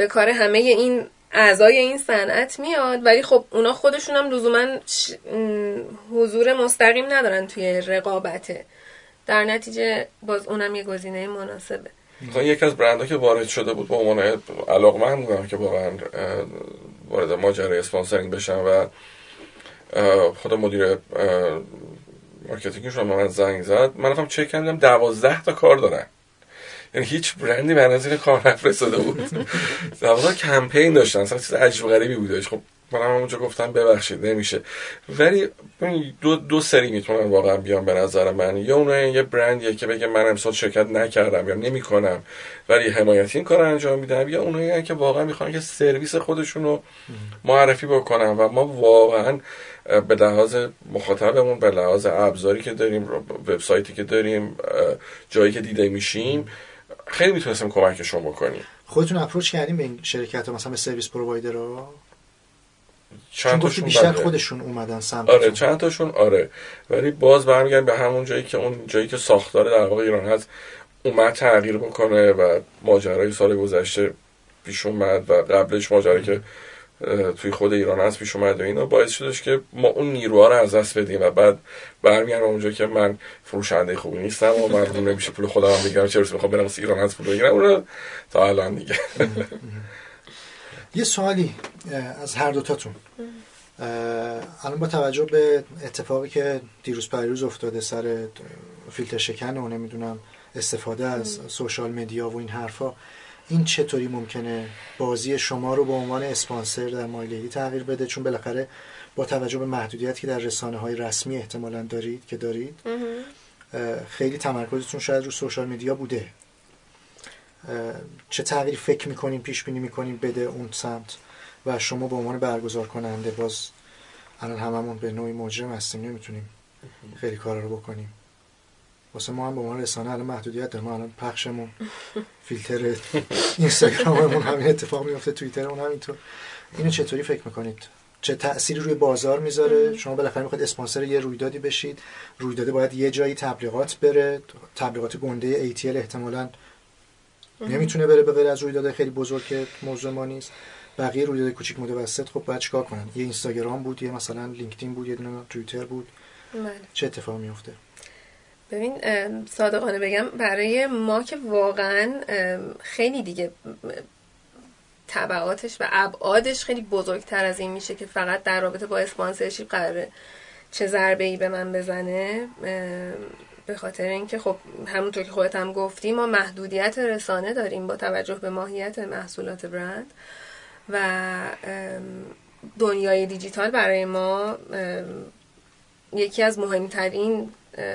به کار همه این اعضای این صنعت میاد، ولی خب اونا خودشون هم لزوما حضور مستقیم ندارن توی رقابته. در نتیجه باز اونم یه گزینه مناسبه. یکی از برندها که وارد شده بود با عنوان علاقمند بودم که واقعا وارد ماجرای اسپانسرینگ بشن و خود مدیر مارکتینگشون من زنگ زد، من رفتم چک کردم 12 تا کار دارن. یعنی هیچ برندی به نظیر کار نفرستاده بود. 12 کمپین داشتن، اصلا چیز عجیب غریبی بودش. خب منم اونجا گفتم ببخشید نمیشه. ولی دو سری میتونن واقعا بیان به نظر من. یا اون یه برندیه که بگه من امسال شرکت نکردم یا نمیکنم ولی حمایتی این کارو انجام میدم، یا اونایی که واقعا میخوان که سرویس خودشون رو معرفی بکنن و ما واقعا به لحاظ مخاطبمون، به لحاظ ابزاری که داریم، وبسایتی که داریم، جایی که دیده میشیم، خیلی میتونستیم کمکشون بکنیم. خودتون اپروچ کردین به این شرکت‌ها، مثلا به سرویس پرووایدرها؟ چند تاشون بیشتر خودشون اومدن سمتتون؟ آره چند تاشون آره، ولی باز برمیگردیم به همون جایی که اون جایی که ساختار در واقع ایران هست اومد تغییر بکنه و ماجرای سال گذشته پیش اومد و قبلش ماجرایی که توی خود ایران هست پیش اومد و اینا باعث شدش که ما اون نیروها رو از دست بدیم و بعد برمیگردم اونجا که من فروشنده خوبی نیستم و من نمیشه پول خودم هم بگیرم، چه برسه بخوام برم ایران هست پول بگیرم. اون تا الان دیگه یه سوالی از هر دوتاتون، الان با توجه به اتفاقی که دیروز پریروز افتاده سر فیلتر شکن و نمیدونم استفاده از سوشال مدیا و این حرفا، این چطوری ممکنه بازی شما رو به عنوان اسپانسر در مایلیدی تغییر بده؟ چون بالاخره با توجه به محدودیتی که در رسانه‌های رسمی احتمالاً دارید خیلی تمرکزتون شاید رو سوشال مدیا بوده. چه تغییری فکر میکنین، پیش بینی میکنین بده اون سمت؟ و شما به عنوان برگزار کننده، باز الان هممون به نوعی مجرم هستیم، نمیتونیم خیلی کارا رو بکنیم. واسه ما هم به عنوان رسانه الان محدودیت داریم. ما الان پخشمون فیلتر اینستاگراممون همین اتفاق میفته، توییترمون همینطور. اینو چطوری فکر میکنید؟ چه تأثیری روی بازار میذاره؟ شما بالاخره میخواید اسپانسر یه رویدادی بشید، رویداده باید یه جایی تبلیغات بره، تبلیغات گنده ATL احتمالاً نمیتونه بره به غیر از رویداد خیلی بزرگ که موضوع ما نیست. بقیه رویداد کوچیک متوسط خب باید چیکار کنن؟ یه اینستاگرام بود، یه مثلا لینکدین بود، یه دونه توییتر بود. چه اتفاقی میفته؟ ببین صادقانه بگم برای ما که واقعا خیلی دیگه تبعاتش و ابعادش خیلی بزرگتر از این میشه که فقط در رابطه با اسپانسرشیپ قراره چه ضربه‌ای به من بزنه. به خاطر اینکه خب همونطور که خودت هم گفتی ما محدودیت رسانه داریم با توجه به ماهیت محصولات برند و دنیای دیجیتال برای ما یکی از مهمترین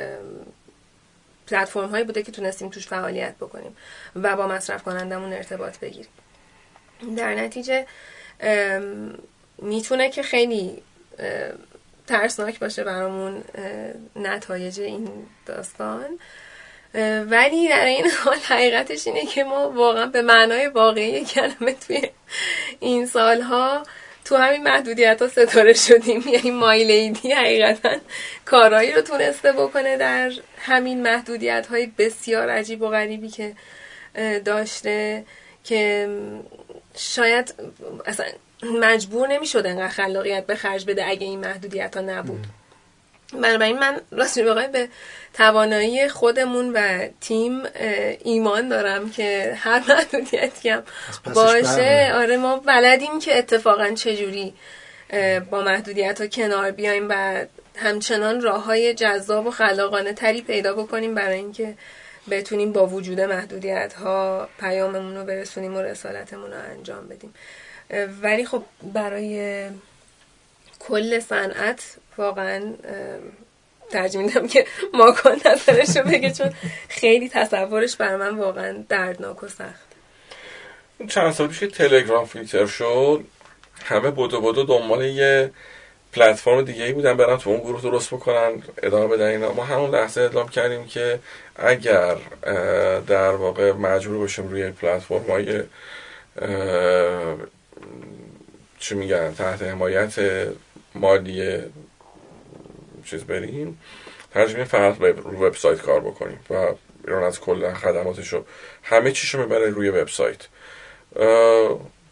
پلتفرم هایی بوده که تونستیم توش فعالیت بکنیم و با مصرف کنندمون ارتباط بگیریم. در نتیجه میتونه که خیلی ترسناک باشه برامون نتایج این داستان، ولی در این حال حقیقتش اینه که ما واقعا به معنای واقعی کلمه توی این سالها تو همین محدودیت ها ستاره شدیم. یعنی مایلیدی حقیقتا کارهایی رو تونسته بکنه در همین محدودیت های بسیار عجیب و غریبی که داشته که شاید اصلا مجبور نمی شده انقدر خلاقیت به خرج بده اگه این محدودیت ها نبود. بنابراین من راستش بخوام به توانایی خودمون و تیم ایمان دارم که هر محدودیتی هم باشه آره ما بلدیم که اتفاقا چجوری با محدودیت ها کنار بیایم و همچنان راههای جذاب و خلاقانه تری پیدا بکنیم برای اینکه بتونیم با وجود محدودیت ها پیاممون رو برسونیم و رسالتمون رو انجام بدیم. ولی خب برای کل صنعت واقعا ترجیح میدم که ماکان نظرش رو بگه، چون خیلی تصورش برای من واقعا دردناک و سخت. چند سال پیش که تلگرام فیلتر شد همه بدو دنبال یه پلتفرم دیگه ای بودن برن تو اون گروه درست بکنن ادامه بدن اینا. ما همون لحظه اعلام کردیم که اگر در واقع مجبور باشیم روی پلتفرم‌های چی میگن تحت حمایت مالی چیز بریم، ترجمه فقط روی وبسایت کار بکنیم و ایران از کل خدماتشو همه چیشو میبره روی وبسایت.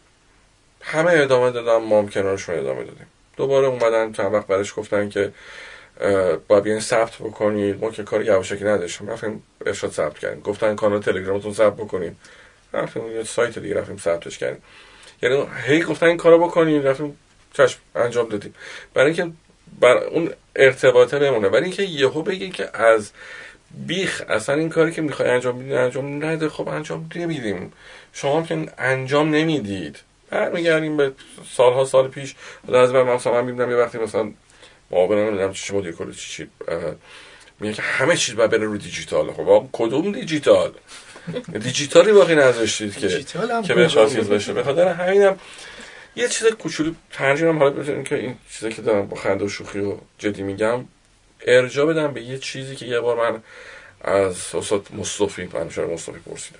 همه ادامه دادن، ما هم کنارشون ادامه دادیم. دوباره اومدن چند وقت بعدش گفتن که باید بیاین ثبت بکنید. ما که کار یواشکی نداشتیم، رفتیم ارشاد ثبت کردیم. گفتن کانال تلگرامتون ثبت بکنید، رفتیم یه سایت دیگه رفتیم ثبتش کردیم. یعنی هی گفتن این کارو بکنید، رفتیم چشم انجام دادیم، برای اینکه اون ارتباطه بمونه. ولی اینکه یهو بگی که از بیخ اصلا این کاری که میخوای انجام بدید انجام نده، خب انجام نمیدیم. شما هم که انجام نمیدید. برمیگردیم به سال پیش. از من میبینم یه وقتی مثلا معاونم نمیدونم چی مدیر کل چی میگه که همه چیز باید بره رو دیجیتال. خب کدوم دیجیتال؟ دیجیتالی باقی نذاشتید که بخواد چیز بشه. به خاطر همینم یه چیز کوچولو ترجیحم حالا ببینید که این چیزی که دارم با خنده و شوخی و جدی میگم ارجاع بدم به یه چیزی که یه بار من از استاد مصطفی پرسیدم.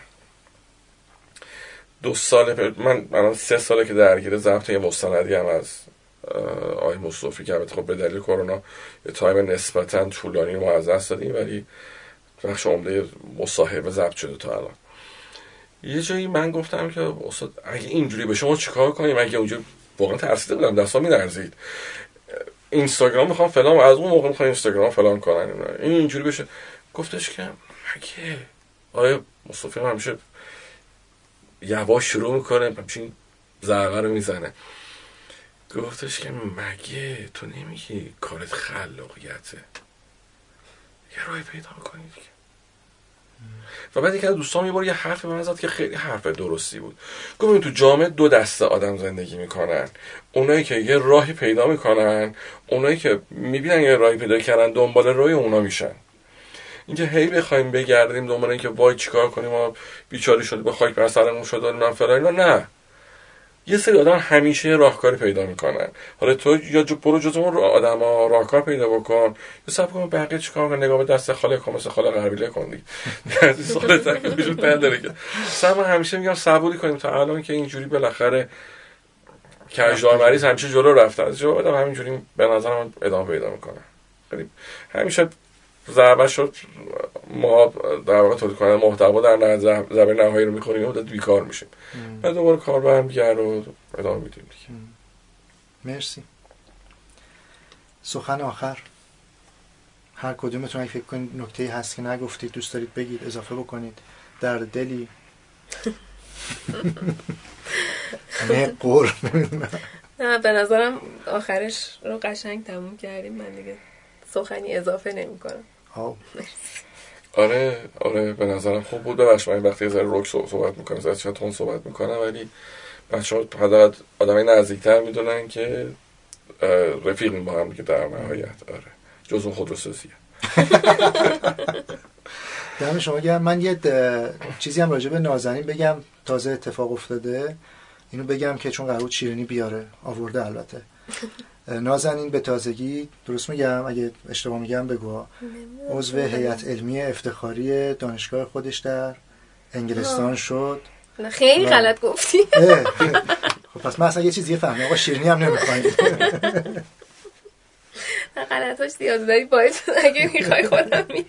2 سال من 3 ساله که درگیر ضبط یه مستندی هم از آقای مصطفی که البته خب به دلیل کرونا یه تایم نسبتاً طولانی ما از دست دادیم، ولی بخش عمده مصاحبه ضبط شده تا الان. یه جایی من گفتم که استاد اگه اینجوری بشه ما چیکار کنیم؟ اگه اونجوری واقعا ترسیده بودم، دستام می‌لرزید. اینستاگرام میخوام فلان، از اون موقع میخوام اینستاگرام فلان کنن، این اینجوری بشه. گفتش که اگه آیا مصطفی همیشه یواش شروع میکنه همچین ضربه رو میزنه، گفتش که مگه تو نمیگی کارت خلاقیته؟ یه راهی پیدا کنی دیگه. و بعد یکی از دوستام یه بار یه حرفی به من زد که خیلی حرف درستی بود. گفت تو جامعه 2 دسته آدم زندگی میکنن، اونایی که یه راهی پیدا میکنن، اونایی که میبینن یه راهی پیدا کردن دنبال راهی اونا میشن. اینکه هی بخوایم بگردیم دنبال اینکه وای چیکار کنیم ما بیچاره شده به خاک بر سرمون شده من فلان، نه. یه سری آدم همیشه راهکاری پیدا میکنن. حالا تو یا برو جز اون آدما راهکار پیدا بکن، یا صبر کن بقیه چیکار کنن، نگاه به دست خاله کن، مثل خاله قبیله کن دیگه. از سال تک وجود نداره که من همیشه میگم صبوری کنیم تا الان که اینجوری بالاخره کاجدار مریض همیشه جلو رفته، از جواب آدم همینجوری به نظرم ادامه پیدا میکنه. خیلی همیشه ضربه شد ما در واقع تولید کننده محتوا در ضربه نهایی رو میخوریم و بیکار میشیم. بعد دوباره کار برمیگرده رو ادامه میدیم دیگه. مرسی. سخن آخر هر کدومتون اگه فکر کنید نکته‌ای هست که نگفتید دوست دارید بگید، اضافه بکنید، درد دلی نه قور نه به نظرم آخرش رو قشنگ تموم کردیم. من دیگه سخنی اضافه نمی‌کنم. آره به نظرم خوب بود. ببخشید من وقتی از روک صحبت می‌کنم از چند تون صحبت می‌کنم، ولی بچه‌ها حداقل آدمای نزدیک‌تر می‌دونن که رفیقیم با هم دیگه در نهایت. آره جزء خودروسازیه. دم شما گرم. من یه چیزی هم راجع به نازنین بگم، تازه اتفاق افتاده. اینو بگم که چون قرار بود شیرینی بیاره، آورده البته. نازنین به تازگی، درست میگم اگه اشتباه میگم بگو، عضو هیئت علمی افتخاری دانشگاه خودش در انگلستان شد. خیلی غلط گفتی. خب پس من اصلا یه چیزی فهمیدم، آقا شیرینی هم نمیخوایم. غلطاش زیاد داری باید اگه میخوای خودم میگم.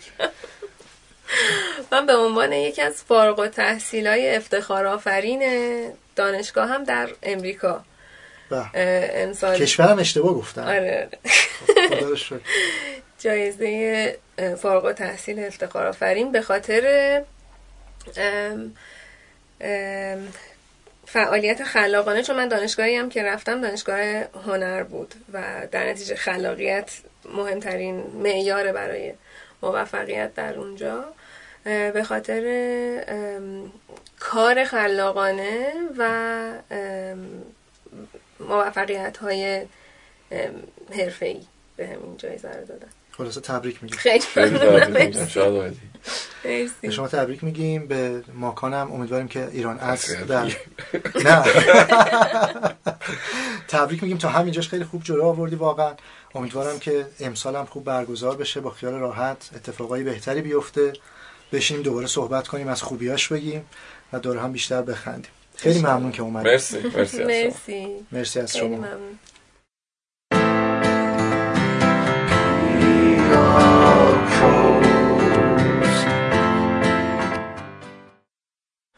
من به عنوان یکی از فارغ التحصیلای افتخار آفرین دانشگاه هم در امریکا امسال کشورم اشتباه گفتم. آره خدا رو شکر. جایزه فارغ التحصیل افتخار آفرین به خاطر فعالیت خلاقانه، چون من دانشگاهی هم که رفتم دانشگاه هنر بود و در نتیجه خلاقیت مهمترین معیار برای موفقیت در اونجا، به خاطر کار خلاقانه و موفقیت‌های حرفه‌ای به همین جایزه رو دادن. خلاصه تبریک میگیم. خیلی ممنونم. شاد به شما تبریک میگیم، به ماکانم امیدواریم که ایران اصل در نه تبریک میگیم تا همینجاش خیلی خوب جلو آوردی واقعا. امیدوارم که امسال هم خوب برگزار بشه، با خیال راحت اتفاقای بهتری بیفته، بشینیم دوباره صحبت کنیم، از خوبیاش بگیم و دوره هم بیشتر بخندیم. خیلی ممنون که اومدید. مرسی از شما.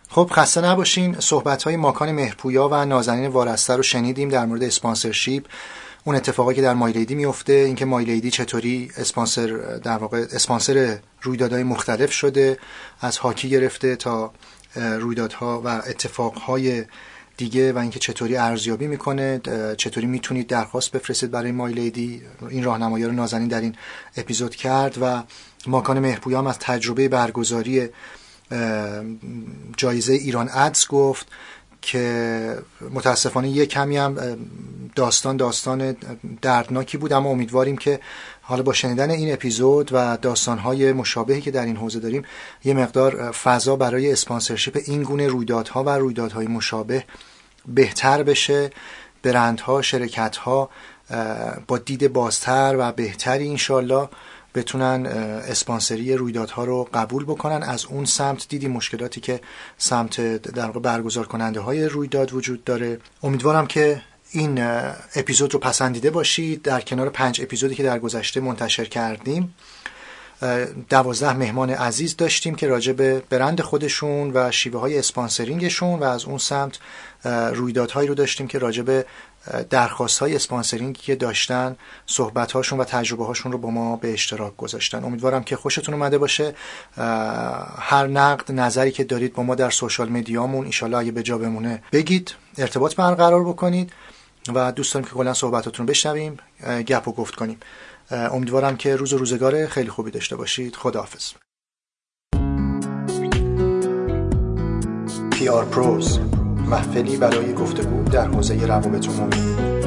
خب خسته نباشین. صحبت‌های ماکان مهرپویا و نازنین وارسته رو شنیدیم در مورد اسپانسرشیپ، اون اتفاقی که در مایلیدی میفته، اینکه مایلیدی چطوری اسپانسر رویدادهای مختلف شده، از هاکی گرفته تا رویدادها و اتفاقهای دیگه، و اینکه چطوری ارزیابی میکنه، چطوری میتونید درخواست بفرستید برای مایلیدی. این راهنمایی رو نازنین در این اپیزود کرد و ماکان مهرپویا هم از تجربه برگزاری جایزه ایران ادز گفت که متاسفانه یک کمی هم داستان دردناکی بود، اما امیدواریم که حالا با شنیدن این اپیزود و داستان‌های مشابهی که در این حوزه داریم یه مقدار فضا برای اسپانسرشیپ این گونه رویدادها و رویدادهای مشابه بهتر بشه، برندها، شرکت‌ها با دید بازتر و بهتری انشالله بتونن اسپانسری رویدادها رو قبول بکنن. از اون سمت دیدیم مشکلاتی که سمت در واقع برگزار کننده های رویداد وجود داره. امیدوارم که این اپیزود رو پسندیده باشید. در کنار 5 اپیزودی که در گذشته منتشر کردیم 12 مهمان عزیز داشتیم که راجع به برند خودشون و شیوه های اسپانسرینگشون و از اون سمت رویدادهایی رو داشتیم که راجع به درخواست های اسپانسرینگی که داشتن، صحبت هاشون و تجربه هاشون رو با ما به اشتراک گذاشتن. امیدوارم که خوشتون اومده باشه. هر نقد، نظری که دارید با ما در سوشال میدیامون انشالله اگه به جا بمونه بگید، ارتباط برقرار بکنید و دوست داریم که کلا صحبتاتون رو بشنویم، گپ و گفت کنیم. امیدوارم که روز و روزگار خیلی خوبی داشته باشید. خداحافظ. PR Pros، محفلی برای گفتگو در حوزه روابط عمومی.